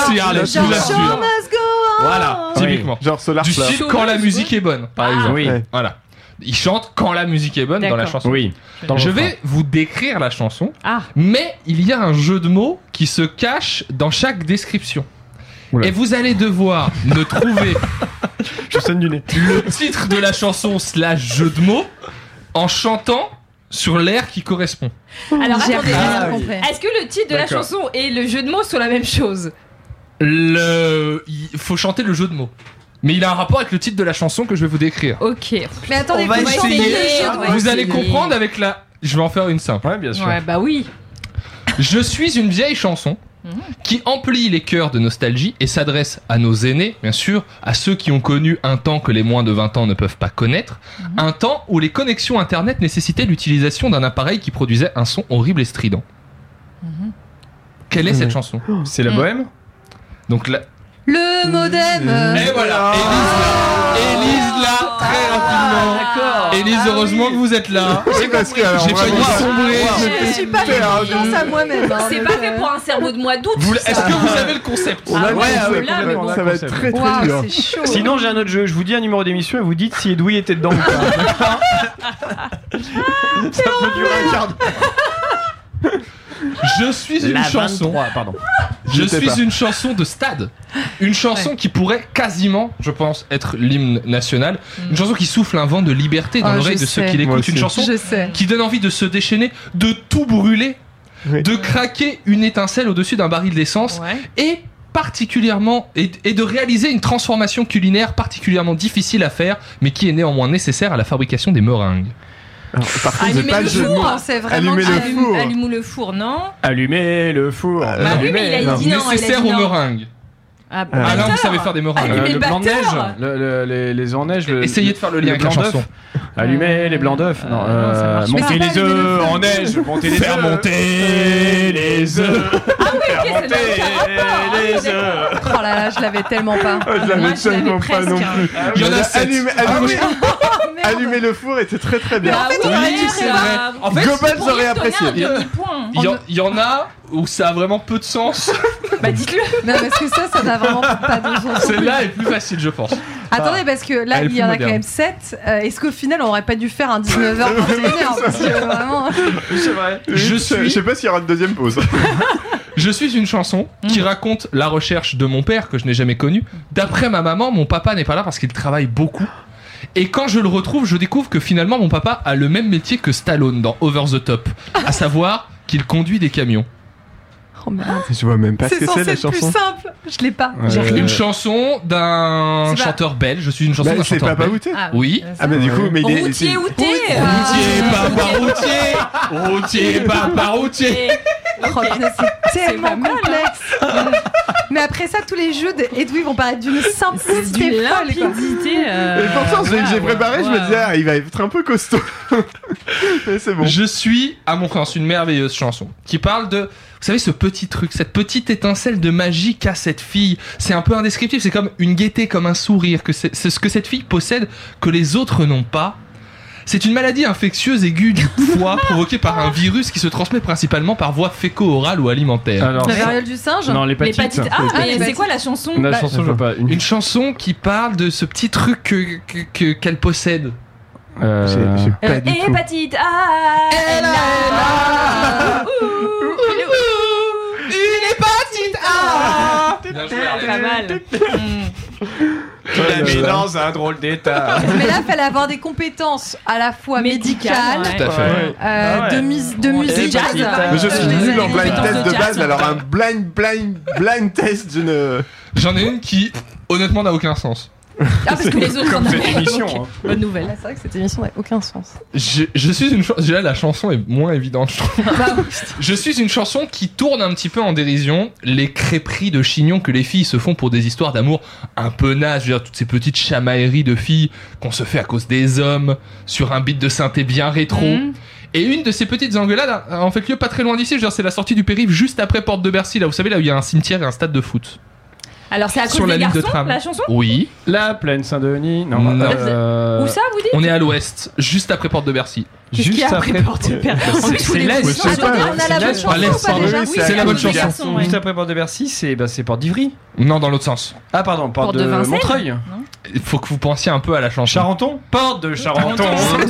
Voilà. Typiquement. Genre Solar. Du style quand la musique est bonne, par exemple. Oui. Voilà. Il chante quand la musique est bonne dans la chanson. Oui. Je vais vous décrire la chanson, Ah. mais il y a un jeu de mots qui se cache dans chaque description. Oula. Et vous allez devoir me trouver Je sonne du nez. le titre de la chanson / jeu de mots en chantant sur l'air qui correspond. Alors J'ai attendez, rien compris. est-ce que le titre de la D'accord. chanson et le jeu de mots sont la même chose? Il faut chanter le jeu de mots. Mais il a un rapport avec le titre de la chanson que je vais vous décrire. Ok. Mais attendez, On va vous chantez essayer. le jeu de mots. Vous allez comprendre avec la... Je vais en faire une simple. Ouais, bien sûr. Ouais, bah oui. Je suis une vieille chanson qui emplit les cœurs de nostalgie et s'adresse à nos aînés, bien sûr, à ceux qui ont connu un temps que les moins de 20 ans ne peuvent pas connaître, un temps où les connexions internet nécessitaient l'utilisation d'un appareil qui produisait un son horrible et strident. Quelle est cette chanson? C'est la bohème? Donc là... Le modem. Et voilà, Élise là, très rapidement. D'accord. Élise, heureusement que vous êtes là. C'est parce que alors, J'ai failli vraiment, sombrer. Je suis pas fait confiance à moi-même. C'est pas fait pour un cerveau de mois d'août. Est-ce que vous avez le concept? Ah ouais, là, mais bon. ça va être très très Waouh, dur. c'est chaud. Sinon, j'ai un autre jeu. Je vous dis un numéro d'émission et vous dites si Edoui était dedans ou pas. Ça peut durer un quart d'heure. Je suis une chanson. Pardon. Je sais suis pas. une chanson de stade. Une chanson qui pourrait quasiment, je pense, être l'hymne national. Une chanson qui souffle un vent de liberté dans Ah, l'oreille je de ceux sais. qui Moi l'écoutent. Une aussi. chanson Je sais. qui donne envie de se déchaîner, de tout brûler, Oui. de craquer une étincelle au-dessus d'un baril d'essence Ouais. et particulièrement et de réaliser une transformation culinaire particulièrement difficile à faire, mais qui est néanmoins nécessaire à la fabrication des meringues. Alors, par contre, j'ai Allumez pas le le jeu de mots. four. C'est vraiment Allumez le four. Allume le four, non? Allumez le four. Bah oui, mais il a dit non. il a Nécessaire dit aux non. meringues. Ah, là, vous savez faire des morales. Le blanc de neige, les œufs en neige. Essayez de faire le lien avec la chanson. Allumer les blancs d'œufs. Monter les œufs en neige. Faire monter les œufs. Faire monter les œufs. Oh là là, je l'avais tellement pas. Je l'avais tellement pas non plus. Il y en a 7. Allumer le four était très très bien. En fait, Gobels aurait apprécié. Il y en a où ça a vraiment peu de sens. Bah dites-le. Non, parce que ça n'a vraiment pas de sens. Celle-là est plus facile, je pense. Attendez, parce que là, il y en a quand même 7. Est-ce qu'au final, on aurait pas dû faire un 19h, 21h? Parce que vraiment. C'est vrai. Je sais pas s'il y aura une deuxième pause. Je suis une chanson qui raconte la recherche de mon père que je n'ai jamais connu. D'après ma maman, mon papa n'est pas là parce qu'il travaille beaucoup. Et quand je le retrouve, je découvre que finalement mon papa a le même métier que Stallone dans Over the Top, à savoir qu'il conduit des camions. Oh merde. Je vois même pas ce que c'est la chanson. C'est plus simple. Je l'ai pas. Une chanson d'un chanteur belge. Je suis une chanson d'un chanteur belge. C'est Papa Outé. Oui. Ah mais du coup, mais il est Routier Outé. Routier, papa routier. Oh, c'est tellement complexe. Mais après ça, tous les jeux d'Edoui vont paraître d'une simplicité folle. Et pourtant, j'ai préparé, je me disais, il va être un peu costaud. Mais c'est bon. Je suis, à mon sens, une merveilleuse chanson qui parle de, vous savez, ce petit truc, cette petite étincelle de magie qu'a cette fille. C'est un peu indescriptible, c'est comme une gaieté, comme un sourire, que c'est ce que cette fille possède que les autres n'ont pas. C'est une maladie infectieuse aiguë du foie provoquée par un virus qui se transmet principalement par voie féco-orale ou alimentaire. Alors, la variole du singe? Non, l'hépatite. Mais c'est quoi la chanson? La chanson, je vois pas. Une chanson qui parle de ce petit truc qu'elle possède. J'ai pas du tout. Hépatite A. Une hépatite A. Bien joué, pas mal. Tu la mets dans un drôle d'état. Mais là, il fallait avoir des compétences à la fois médicales, Tout à fait. de musique. Mais je suis nul en blind test de base, alors un blind test d'une... J'en ai une qui, honnêtement, n'a aucun sens. Ah, parce que les autres comme en cette avaient. émission. Okay. Hein. Bonne nouvelle. C'est vrai que cette émission n'a aucun sens. Je suis une chanson. Déjà, la chanson est moins évidente, je trouve. Je suis une chanson qui tourne un petit peu en dérision les crêperies de chignon que les filles se font pour des histoires d'amour un peu nazes. Je veux dire, toutes ces petites chamailleries de filles qu'on se fait à cause des hommes sur un beat de synthé bien rétro. Et une de ces petites engueulades a en fait lieu pas très loin d'ici. Je veux dire, c'est la sortie du périph' juste après Porte de Bercy. Là, vous savez, là où il y a un cimetière et un stade de foot. Alors c'est à cause sur la des ligne de garçons, tram. La chanson? Oui. La plaine Saint-Denis. Non. Où ça, vous dites? On est à l'ouest, juste après Porte de Bercy. Juste après Porte de Bercy. C'est l'est. On a la bonne chanson ou pas déjà? C'est la bonne chanson. Juste après Porte de Bercy, c'est Porte d'Ivry. Non, dans l'autre sens. Ah pardon, Porte de Montreuil. Il faut que vous pensiez un peu à la chanson. Charenton. Porte de Charenton.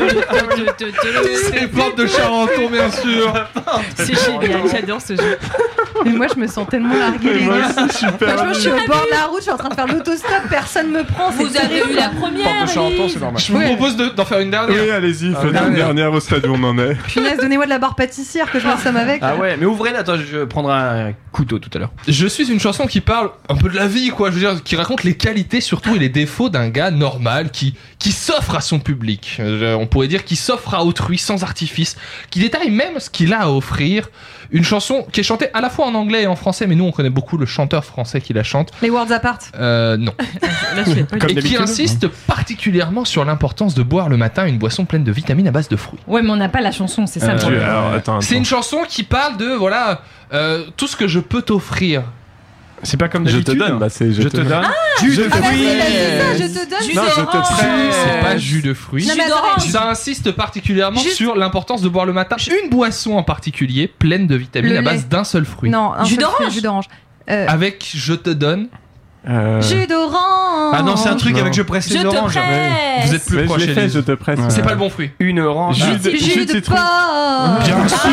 C'est Porte de Charenton, bien sûr. C'est génial, j'adore ce jeu. Mais moi, je me sens tellement larguée, les gars. Super. Je suis au bord de la route, je suis en train de faire l'autostop, personne me prend. Vous avez eu la première. Porte de Charenton, c'est normal. Je vous propose d'en faire une dernière. Oui, allez-y, faites une dernière au stade où on en est. Punaise, donnez-moi de la barre pâtissière que je m'assomme avec. Ah ouais, mais ouvrez-la, attends, je prendrai un couteau tout à l'heure. Je suis une chanson qui parle un peu de la vie, quoi. Je veux dire, qui raconte les qualités surtout et les défauts d'un gars normal qui s'offre à son public. On pourrait dire qui s'offre à autrui sans artifice, qui détaille même ce qu'il a à offrir. Une chanson qui est chantée à la fois en anglais et en français, mais nous on connaît beaucoup le chanteur français qui la chante. Les Worlds Apart. Non. Et qui insiste particulièrement sur l'importance de boire le matin une boisson pleine de vitamines à base de fruits. Ouais, mais on n'a pas la chanson, c'est ça le problème. Alors, attends. C'est une chanson qui parle de voilà tout ce que je peux t'offrir. C'est pas comme Je d'habitude. te donne, bah c'est Je te donne. Jus de Ah bah fruits. oui, il a dit ça, je te donne. Jus Non, je te d'orange. prête. C'est pas jus de fruits. Non, mais attends, Ça insiste particulièrement Juste- sur l'importance de boire le matin une boisson en particulier pleine de vitamines Le à lait. base d'un seul fruit. Non, un Jus seul fruit, d'orange. Jus d'orange. Avec je te donne. Jus d'orange. Ah non, c'est un truc Non. avec je presse les Je te oranges. presse. Vous êtes plus Mais je proche. l'ai fait, Élise. je te presse. C'est pas le bon fruit. Une orange. Jus de citron. porc. Bien sûr,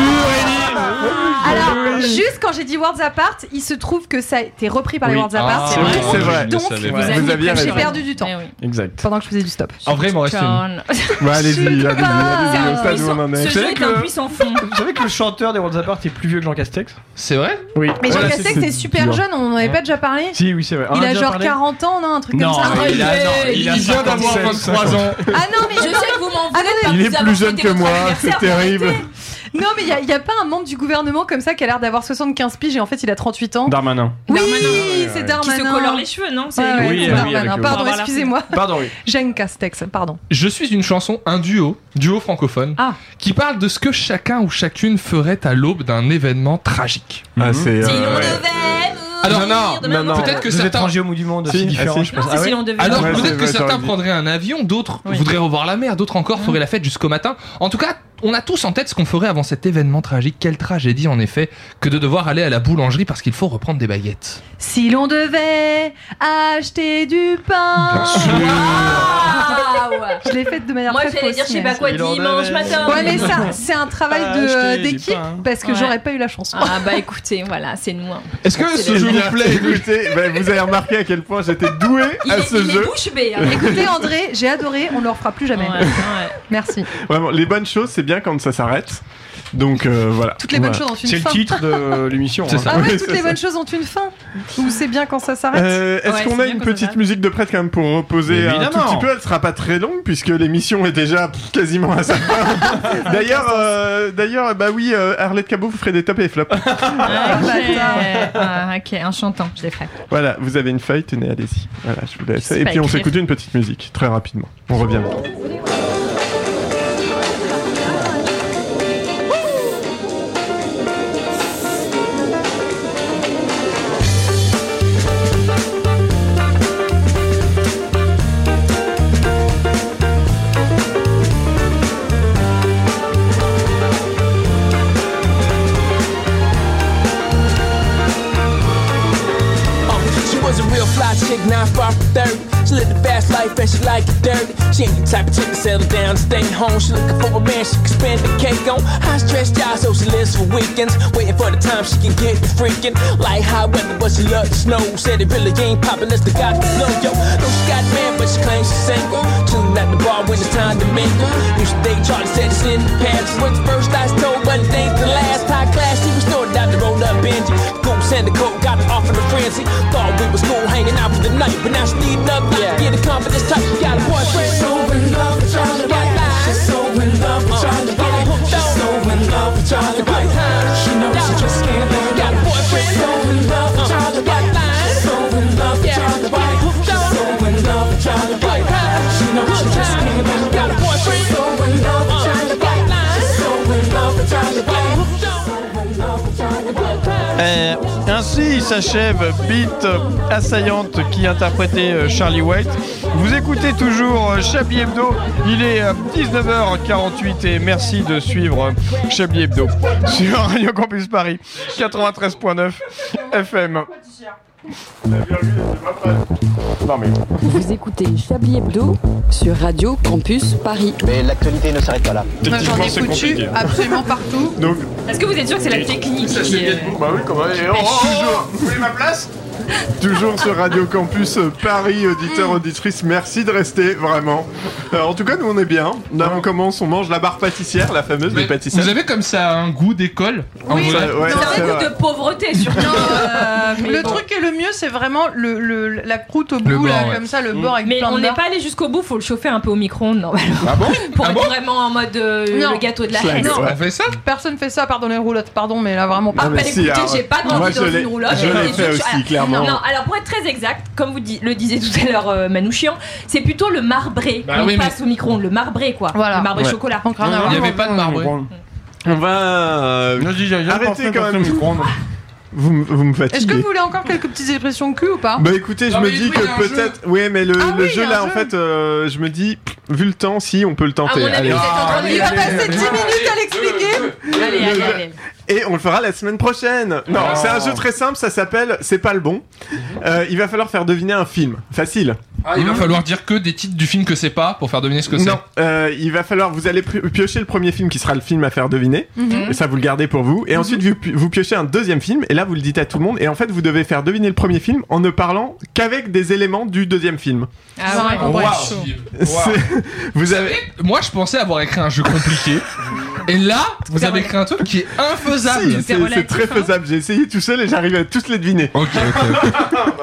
Alors, juste quand j'ai dit Worlds Apart, il se trouve que ça a été repris par les Oui. Worlds Apart. Ah, oui, c'est vrai. Donc, Vous aviez j'ai raison. perdu du temps Eh oui. Exact. pendant que je faisais du stop. En vrai, il m'en reste une. Ouais, allez-y, allez-y, pas. au stade où on en est. Ce jeu savez est que- un puissant fond. Vous savez que le chanteur des Worlds Apart est plus vieux que Jean Castex? C'est vrai? Oui. Mais Jean Voilà, Castex, c'est c'est super dur. jeune, on n'en avait pas déjà parlé. Si, oui, c'est vrai. Il On en a déjà genre parlé 40 ans, non? Un truc Non, comme ça. il a Il vient d'avoir 57, 23 ans. Ah non, mais Je sais que vous m'en voulez Attendez. parce Il que est vous plus avez jeune fêté que votre moi, anniversaire, c'est terrible. arrêtez. Non, mais il y a pas un membre du gouvernement comme ça qui a l'air d'avoir 75 piges et en fait il a 38 ans. Darmanin. Oui, Darmanin, c'est Darmanin. Qui se colore les cheveux, non? C'est oui, Darmanin. Pardon, avec excusez-moi. Pardon, oui. Jeanne Castex, pardon. Je suis une chanson, un duo francophone, qui parle de ce que chacun ou chacune ferait à l'aube d'un événement tragique. Ah, c'est. Si l'on devait Alors, non. peut-être que Vous êtes certains. étrangers au bout du monde, c'est différent, je pense. Non, c'est si l'on devait. Alors Ouais, peut-être que c'est- certains j'aurais dit. prendraient un avion, d'autres voudraient revoir la mer, d'autres encore feraient la fête jusqu'au matin. En tout cas, on a tous en tête ce qu'on ferait avant cet événement tragique. Quelle tragédie en effet que de devoir aller à la boulangerie parce qu'il faut reprendre des baguettes. Si l'on devait acheter du pain. Bien sûr. Je l'ai faite de manière Moi, très j'allais dire, je sais pas quoi, Si l'on dimanche devait- matin. Ouais, mais ça, c'est un travail Acheter du d'équipe pain. parce que Ouais. j'aurais pas eu la chanson. Ah bah écoutez, voilà, c'est nous. Hein. Est-ce que C'est ce les jeu amis. vous plaît Écoutez, vous avez remarqué à quel point j'étais doué à ce Il est jeu. bouche bée. Hein. Écoutez, André, j'ai adoré, on le refera plus jamais. Ouais, ouais. Merci. Vraiment, les bonnes choses, c'est bien quand ça s'arrête. Donc voilà. Toutes les bonnes Voilà. choses ont une C'est fin. le titre de l'émission. C'est hein. ça. Ah ouais, Oui, toutes c'est les ça. bonnes choses ont une fin. Ou c'est bien quand ça s'arrête. Est-ce Ouais, qu'on c'est a bien une quand ça petite s'arrête. musique de prête quand même pour reposer un tout Évidemment. petit peu? Elle sera pas très longue puisque l'émission est déjà quasiment à sa fin. D'ailleurs, bah oui, Arlette Cabot, vous ferez des tops et flops. Ok, en chantant, je l'ai fait. Voilà, vous avez une feuille, tenez, allez-y. Voilà, je vous laisse. sais Et pas puis on écrire. s'écoute une petite musique très rapidement. On revient. She was a real fly chick, now far from 30. She lived a fast life and she like it dirty. She ain't the type of chick to settle down and stay home. She looking for a man she can spend the cake on. High stress job, so she lives for weekends. Waiting for the time she can get the freaking. Like hot weather, but she loves the snow. Said it really ain't poppin' unless they got the blow. Yo, no, she got a man, but she claims she's single. Chillin' at the bar when it's time to mingle. Used to date Charlie, said it's in the past. When the first I told, but it ain't the last. High class, she was stored out the roll up Benji. Goose and the coat got it off in the frenzy. Thought we was cool hanging out for the night, but now she needin' up to get a confidence touch. She got a boyfriend. She's so in love with Charlie White. She's so in love with Charlie White. She's so in love with Charlie White. She knows she just can't let go. Got a boyfriend. So in love with Charlie White. She's so in love with Charlie White. She's so in love with Charlie White. She knows she just can't let go. Got a boyfriend. So in love with Charlie White. She's so in love with Charlie White. Ainsi s'achève Beat Assaillante qui interprétait Charlie White. Vous écoutez toujours Chablis Hebdo, il est 19h48 et merci de suivre Chablis Hebdo sur Radio Campus Paris 93.9 FM. Non mais. Vous écoutez Chablis Hebdo sur Radio Campus Paris. Mais l'actualité ne s'arrête pas là. Moi, j'en ai c'est foutu compliqué. absolument partout. Donc, Est-ce que vous êtes sûr que c'est la technique qui est... bah oui, comment toujours. Vous voulez ma place? Toujours sur Radio Campus Paris, auditeurs, auditrices, merci de rester, vraiment. En tout cas, nous on est bien. Là, on commence, on mange la barre pâtissière, la fameuse des pâtissières. Vous avez comme ça un goût d'école en Oui, vrai. ouais, C'est c'est un vrai. goût de pauvreté surtout. Mais Le bon. truc qui est le mieux, c'est vraiment la croûte au Le bout, là, bord, ouais. comme ça, le bord avec Mais plein on de n'est barres. pas allé jusqu'au bout, faut le chauffer un peu au micro-ondes normalement. Ah bon? Pour Ah être bon? vraiment en mode Non. le gâteau de la Slack, haine. ouais. On fait ça? Personne fait ça, pardon les roulottes, pardon, mais là vraiment pas. Ah, mais bah si, écoutez, alors, j'ai pas moi, grandi je dans l'ai- une roulotte. je l'ai Et fait aussi, alors, clairement. Non, alors pour être très exact, comme le disait tout à l'heure Manouchian, c'est plutôt le marbré Bah qu'on oui, mais- passe au micro-ondes, le marbré quoi. Voilà. Le marbré Ouais. chocolat. Donc, rien à Il voir. n'y avait pas de marbre. On va arrêter quand même. Vous me fatiguez. Est-ce que vous voulez encore quelques petites expressions cul ou pas? Bah écoutez, je Non, me mais dis oui, il y a que un peut-être. Oui, mais le Ah oui, jeu il y a là, un en jeu. fait, je me dis, vu le temps, si on peut le À tenter. mon avis, Allez. vous êtes en train de Il va lui passer 10 minutes à l'expliquer. Allez. Et on le fera la semaine prochaine. Non, c'est un jeu très simple, ça s'appelle C'est pas le bon. Il va falloir faire deviner un film. Facile. Ah, il va falloir dire que des titres du film que c'est pas pour faire deviner ce que c'est. Non, il va falloir, vous allez piocher le premier film qui sera le film à faire deviner. Et ça, vous le gardez pour vous. Et ensuite, vous piochez un deuxième film. Et là, vous le dites à tout le monde. Et en fait, vous devez faire deviner le premier film en ne parlant qu'avec des éléments du deuxième film. Ah ouais, Wow. C'est- Vous avez. Moi, je pensais avoir écrit un jeu compliqué. Et là, vous avez écrit un truc qui est infaisable. Si, c'est relatif, très hein. faisable. J'ai essayé tout seul et j'arrive à tous les deviner. Ok.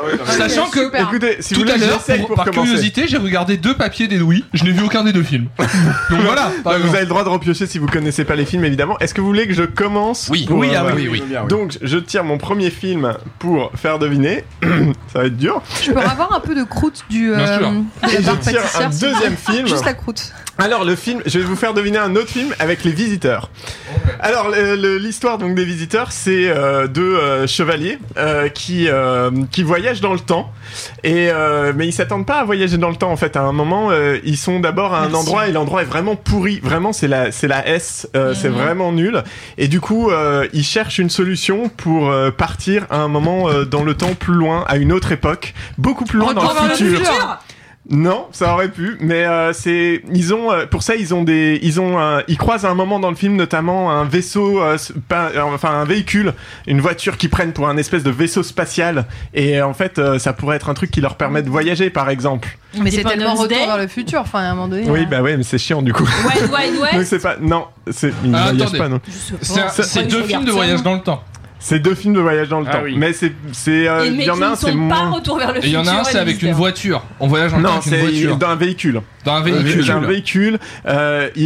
Sachant que, super. Écoutez, si tout vous à voulez, l'heure, j'essaye pour par commencer. curiosité, j'ai regardé 2 papiers des Louis. Je n'ai vu aucun des 2 films. Donc voilà. Bah, vous avez le droit de repiocher si vous connaissez pas les films, évidemment. Est-ce que vous voulez que je commence Oui. pour, Oui, oui. Donc, je tire mon premier film pour faire deviner. Ça va être dur. Je peux avoir un peu de croûte de Bien sûr. la Et je barre tire pâtissière, un s'il vous deuxième plaît. film. Juste la croûte. Alors le film, je vais vous faire deviner un autre film avec les visiteurs. Alors l'histoire donc des visiteurs, c'est deux chevaliers qui voyagent dans le temps et mais ils s'attendent pas à voyager dans le temps en fait. À un moment, ils sont d'abord à un endroit et l'endroit est vraiment pourri. Vraiment, c'est la S. C'est vraiment nul. Et du coup, ils cherchent une solution pour partir à un moment dans le temps plus loin, à une autre époque, beaucoup plus loin dans le futur. Non, ça aurait pu, mais ils croisent à un moment dans le film notamment un vaisseau, un véhicule, une voiture qu'ils prennent pour un espèce de vaisseau spatial, et en fait ça pourrait être un truc qui leur permet de voyager par exemple. Mais c'est tellement Independence retour Day. vers le futur, enfin à un moment donné. Oui, bah ouais, mais c'est chiant du coup. Wild Wild West. Donc c'est pas, non, ils ne voyagent attendez. pas non. C'est 2 films de voyage dans le temps. C'est 2 films de voyage dans le temps, oui. mais il y en a un, c'est pas moins. retour vers le Et futur. il y en a un, c'est avec une voiture. On voyage dans le temps Non, avec une c'est voiture. dans un véhicule. Dans un véhicule. J'ai un véhicule. Il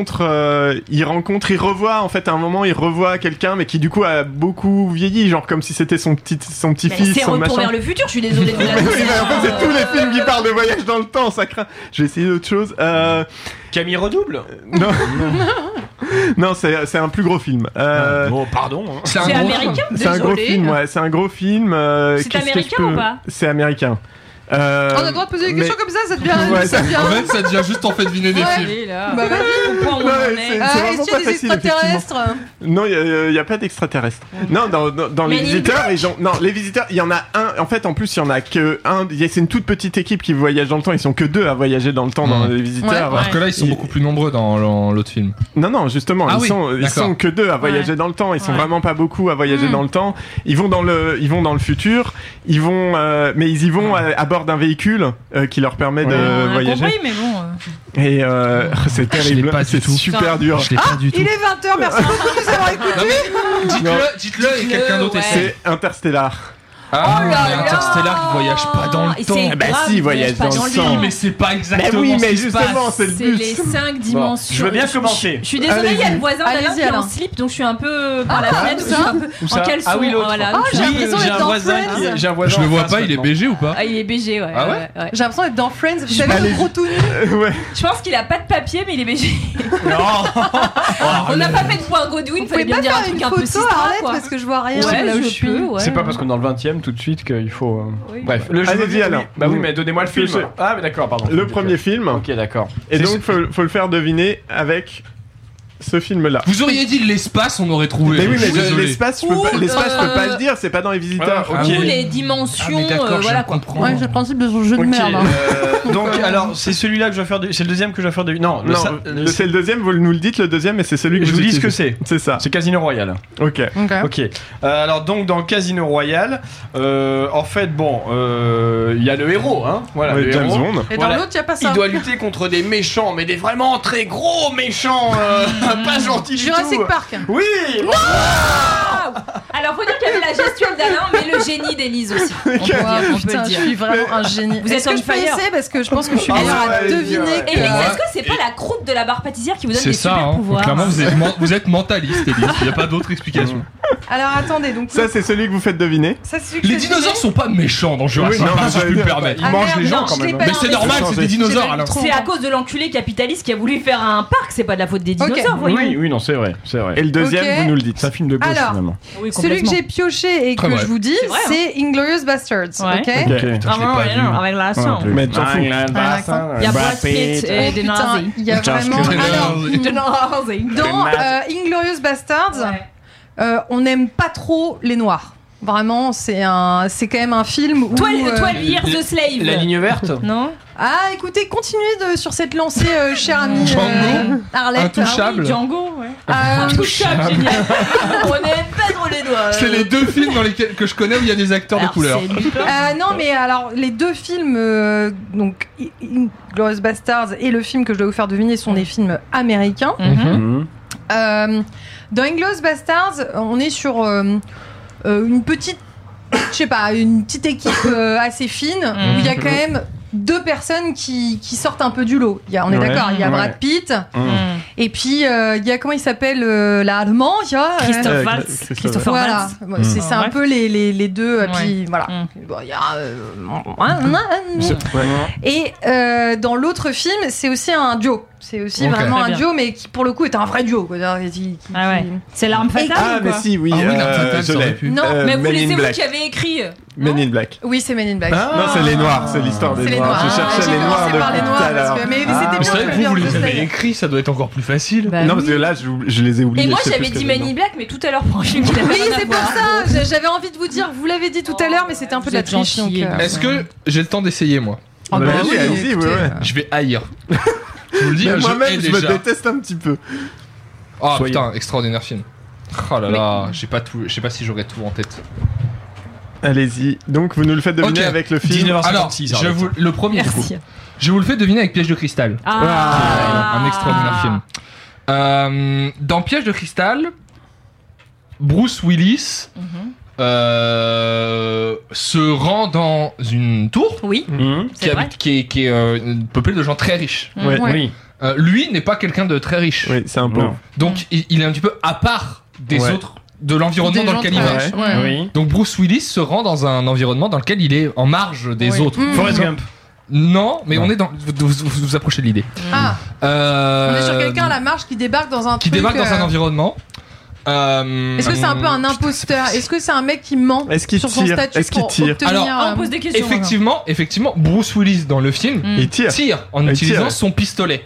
revoit en fait à un moment, il revoit quelqu'un, mais qui du coup a beaucoup vieilli, genre comme si c'était son petit-fils, C'est son retour machin. vers le futur, je suis désolée de vous Oui, mais en fait, c'est tous les l'annoncer. films qui parlent de voyage dans le temps, ça craint. Je vais essayer d'autre chose. Camille Redouble. Non, non, c'est un plus gros film. Oh, pardon. Hein. C'est américain. C'est un gros Désolée. film, ouais. C'est un gros film. C'est qu'est-ce que je américain peux- ou pas C'est américain. On a le droit de poser des questions comme ça devient. Ouais, ça devient. En fait, ça devient juste en fait deviner des Ouais. films. Bah vas-y. Au point où on Ouais, en c'est- est. vraiment Est-ce qu'il y pas a des facile, extraterrestres? Non, il y a pas d'extraterrestres. Non, dans les Men in visiteurs, les visiteurs, il y en a un. En fait, en plus, il y en a que un. C'est une toute petite équipe qui voyage dans le temps. Ils sont que 2 à voyager dans le temps dans les visiteurs. Ouais. Alors que là, ils sont beaucoup plus nombreux dans l'autre film. Non, justement, Ah ils oui, sont d'accord. que 2 à voyager dans le temps. Ils sont Ouais. vraiment pas beaucoup à voyager dans le temps. Ils vont dans le futur. Mais ils y vont à bord d'un véhicule qui leur permet de On a voyager. compris, mais bon. Et c'est terrible. pas du C'est tout. super dur. Je l'ai pas du tout. Il est 20h, merci beaucoup de nous avoir écoutés. Dites-le et quelqu'un d'autre ouais. essaie. C'est Interstellar. Ah, Oh là mais là. Interstellar, il voyage pas dans le Et temps. c'est Bah grave, si, il voyage pas dans le le temps. temps. Mais c'est pas exactement Bah oui, ce mais qui se justement, passe. c'est le C'est but. les 5 dimensions. je veux bien commencer. Je suis désolée, il y a le voisin d'Alain Allez-y, qui est en Alain. slip, donc je suis un peu par la quoi, fenêtre. où Je suis ça un peu Où ça en caleçon. Ah oui, l'autre. Voilà, Ah, donc j'ai je suis un peu- l'impression J'ai d'être un dans voisin Friends. j'ai un voisin Je le en vois face pas, il est maintenant. BG ou pas? Ah, il est BG, ouais. Ah ouais ouais. J'ai l'impression d'être dans Friends. Vous savez, Allez-y. le gros tout nu. Ouais. Je pense qu'il a pas de papier, mais il est BG. On n'a pas fait de point Godwin, Vous fallait pouvez bien pas dire un faire une truc un peu photo sistra, Arlette quoi. parce que je vois rien Ouais, là où je je suis. peux, ouais. C'est pas parce qu'on est dans le 20ème tout de suite qu'il faut. Oui. Bref, le Allez-y, je veux dire, Alain. oui. Bah oui, mais donnez-moi le film. Fais- Ah, mais d'accord, pardon. Le premier film. Ok, d'accord. Et donc, faut le faire deviner avec ce film-là. Vous auriez dit l'espace, on aurait trouvé. Mais oui, Je suis mais désolé. l'espace, je peux pas le dire, c'est pas dans les visiteurs. Ah, Ou ok. les dimensions, Ah, mais d'accord, je voilà quoi. comprends. Ouais, c'est le principe de ce jeu de Ok, merde. donc alors c'est celui-là que je vais faire. C'est le deuxième que je vais faire. Non, Non, c'est le deuxième, vous nous le dites, le deuxième, et c'est celui que je vous dis ce utilisez. que c'est. C'est ça. C'est Casino Royale. Ok. Ok. Alors donc dans Casino Royale, en fait bon, il y a le héros, hein. Voilà. Ouais, le James héros. Bond. Et dans l'autre, il y a pas ça. Il doit lutter contre des méchants, mais des vraiment très gros méchants, pas gentils du Jurassic tout. Park. Oui. Alors faut dire qu'il y avait la gestuelle d'Alain, mais le génie d'Élise aussi. On peut dire, on peut Putain, le je dire. suis vraiment un génie. Vous êtes Est-ce que on je peux fire. essayer parce que je pense que je suis Ah meilleure ouais, à allez-y, deviner ouais. Et que. est-ce que c'est pas la croûte de la barre pâtissière qui vous donne C'est des ça, super hein. pouvoirs? Clairement, vous êtes mentaliste, Elise. Il n'y a pas d'autre explication. Alors attendez, donc Ça, c'est celui que vous faites deviner. ça, c'est celui que Les je vais dinosaures deviner. sont pas méchants dans Jurassic Oui, non, Park, si je j'allais puis me dire, permettre. Ah, Ils mangent merde, les gens non, quand je l'ai même. pas Mais c'est dit. normal, c'est des dinosaures alors. C'est à cause de l'enculé capitaliste qui a voulu faire un parc, c'est pas de la faute des dinosaures, voyons. Oui, oui, non, c'est vrai, c'est vrai. Et le deuxième, Ok. vous nous le dites. C'est un film de gauche Alors, finalement. Oui, Celui que complètement. j'ai pioché et Très que vrai. je vous dis, C'est vrai, hein. c'est Inglorious Bastards. Ouais. Ok. Ok. Vraiment, pas non, vu. avec la sang. Mais t'en fous. Il y a Brad Pitt et des Putain, nazis. il y a vraiment. Alors, Des nazis. dans Inglorious Bastards, on n'aime pas trop les noirs. Vraiment, c'est quand même un film où. 12 Years the Slave. La ligne verte. Non. Ah, écoutez, continuez sur cette lancée, cher ami Django. Arlette. Intouchable. Django, ouais. Intouchable, génial. On n'aime pas trop les doigts. C'est les deux films dans lesquels que je connais où il y a des acteurs de couleur. Non, mais alors, les deux films, donc Inglorious Bastards et le film que je dois vous faire deviner sont des films américains. Dans Inglorious Bastards, on est sur une petite je sais pas, une petite équipe assez fine où il y a quand même 2 personnes qui sortent un peu du lot. On est d'accord, il y a Brad Pitt et puis il y a comment il s'appelle l'allemand, Christopher Waltz. Voilà, c'est un peu les deux. Puis voilà, il y a et dans l'autre film, c'est aussi un duo. C'est aussi vraiment un duo, mais qui pour le coup est un vrai duo. C'est l'arme fatale. Ah, mais si, oui. l'arme fatale, je l'ai. Non, mais c'est vous qui avez écrit. Men in Black. Oui, c'est Men in Black. Non, c'est les Noirs, c'est l'histoire des Noirs. Je cherchais les Noirs par les Noirs mais c'était bien. C'est vrai que vous les avez écrits, ça doit être encore plus facile. Non, parce que là, je les ai oubliés. Et moi, j'avais dit Men in Black, mais tout à l'heure pour un film qui n'avait Oui, rien à c'est pour voir. ça. J'avais envie de vous dire, vous l'avez dit tout à l'heure, mais c'était un peu de la triche. Est-ce que j'ai le temps d'essayer, moi? Allez-y, Je vais haïr. Je vous le dis, moi-même, je me déteste un petit peu. Oh putain, extraordinaire film. Oh là là, je sais pas si j'aurais tout en tête. Allez-y. Donc, vous nous le faites deviner avec le film. Alors, le premier, du coup. Je vous le fais deviner avec Piège de cristal. Un extraordinaire film. Dans Piège de cristal, Bruce Willis se rend dans une tour qui est peuplée de gens très riches. Lui n'est pas quelqu'un de très riche. Oui, c'est un pauvre. Donc il est un petit peu à part des autres de l'environnement dans lequel il va. Donc Bruce Willis se rend dans un environnement dans lequel il est en marge des autres. Forrest Gump. Non, mais on est dans. Vous approchez de l'idée. On est sur quelqu'un à la marge qui débarque dans un truc. Qui débarque dans un environnement. Est-ce que c'est un peu un imposteur? Est-ce que c'est un mec qui ment sur son statut pour obtenir? Alors, on pose des questions. Effectivement, Bruce Willis dans le film il tire en utilisant son pistolet.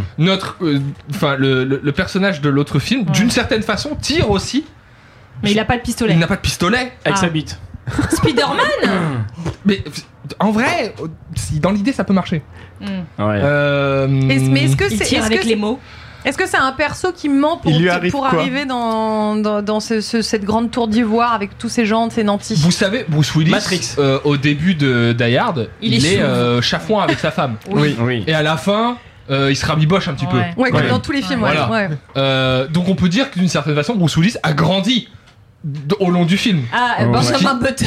Le personnage de l'autre film, d'une certaine façon, tire aussi. Mais il a pas de pistolet. Il n'a pas de pistolet avec sa bite. Spider-Man. Mais en vrai, dans l'idée, ça peut marcher. Mais est-ce que c'est tire avec les mots? Est-ce que c'est un perso qui ment pour arriver dans cette grande tour d'ivoire avec tous ces gens, ces nantis? Vous savez, Bruce Willis, au début de Die Hard, il est chafouin avec sa femme. Oui. Et à la fin, il se rabiboche un petit peu. Ouais, comme dans tous les films. Voilà. Donc on peut dire que d'une certaine façon, Bruce Willis a grandi au long du film. Benjamin Button.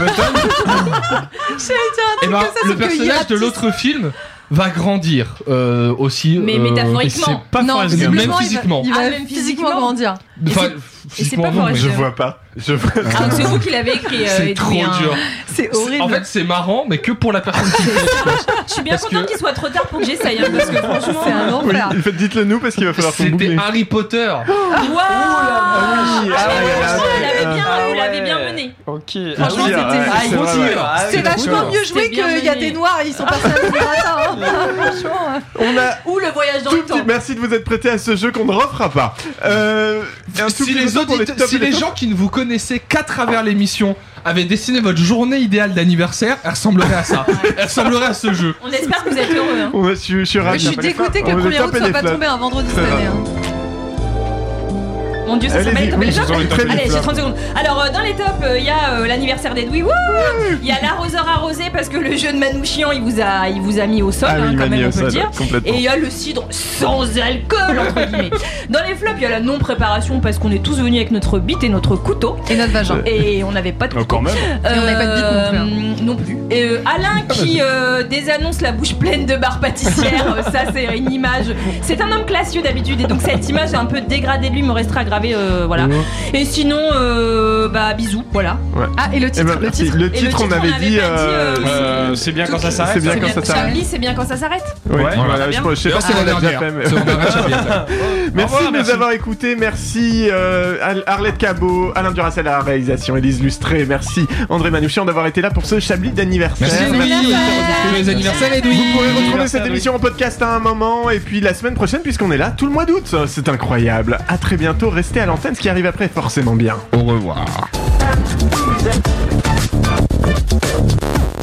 Le personnage de l'autre film va grandir aussi. Mais métaphoriquement. Même physiquement. Il va physiquement grandir. Physiquement, non, mais je vois pas. C'est vous qui l'avez écrit. C'est trop dur. C'est horrible. En fait, c'est marrant, mais que pour la personne qui le fait. Je suis bien contente qu'il soit trop tard pour que j'essaye, parce que franchement, c'est un enfer. Dites-le nous parce qu'il va falloir qu'on C'était Harry Potter. Waouh! Vous l'avez bien mené. Ok. Franchement, c'était vachement mieux joué qu'il y a des noirs et ils sont passés à Mirata. Ou le voyage dans le temps. Merci de vous être prêtés à ce jeu qu'on ne refera pas. Si les gens qui ne vous connaissaient qu'à travers l'émission avaient dessiné votre journée idéale d'anniversaire, elle ressemblerait à ça. Elle ressemblerait à ce jeu. On espère que vous êtes heureux. Je suis ravi. Je suis dégoûté que le 1er août soit pas tombé un vendredi cette année. Mon dieu, ça s'appelle les tops. Allez, j'ai 30 secondes. Alors, dans les tops, il y a l'anniversaire d'Edoui. Il y a l'arroseur arrosé parce que le jeu de Manouchian, il vous a mis au sol, quand même, on peut le dire. Et il y a le cidre sans alcool, entre guillemets. Dans les flops, il y a la non-préparation parce qu'on est tous venus avec notre bite et notre couteau. Et notre vagin. Et on n'avait pas de couteau. Quand même. Et on n'avait pas de bite non plus. Et Alain qui désannonce la bouche pleine de barres pâtissières. Ça, c'est une image. C'est un homme classieux d'habitude. Et donc, cette image est un peu dégradée de lui, me restera gravée. Voilà. Et sinon, bisous, voilà. Et le titre, le titre, on avait dit. C'est bien quand ça s'arrête. C'est bien quand ça s'arrête. Chablis, c'est bien quand ça s'arrête. Voilà, je sais pas si on l'a déjà fait. Merci de nous avoir écoutés. Merci Arlette Cabot, Alain Duracell à la réalisation, Élise Lustré. Merci André Manouchian d'avoir été là pour ce Chablis d'anniversaire. Merci les anniversaires, Edoui. Vous pourrez retrouver cette émission en podcast à un moment et puis la semaine prochaine puisqu'on est là tout le mois d'août. C'est incroyable. À très bientôt. Restez à l'antenne, ce qui arrive après forcément bien. Au revoir.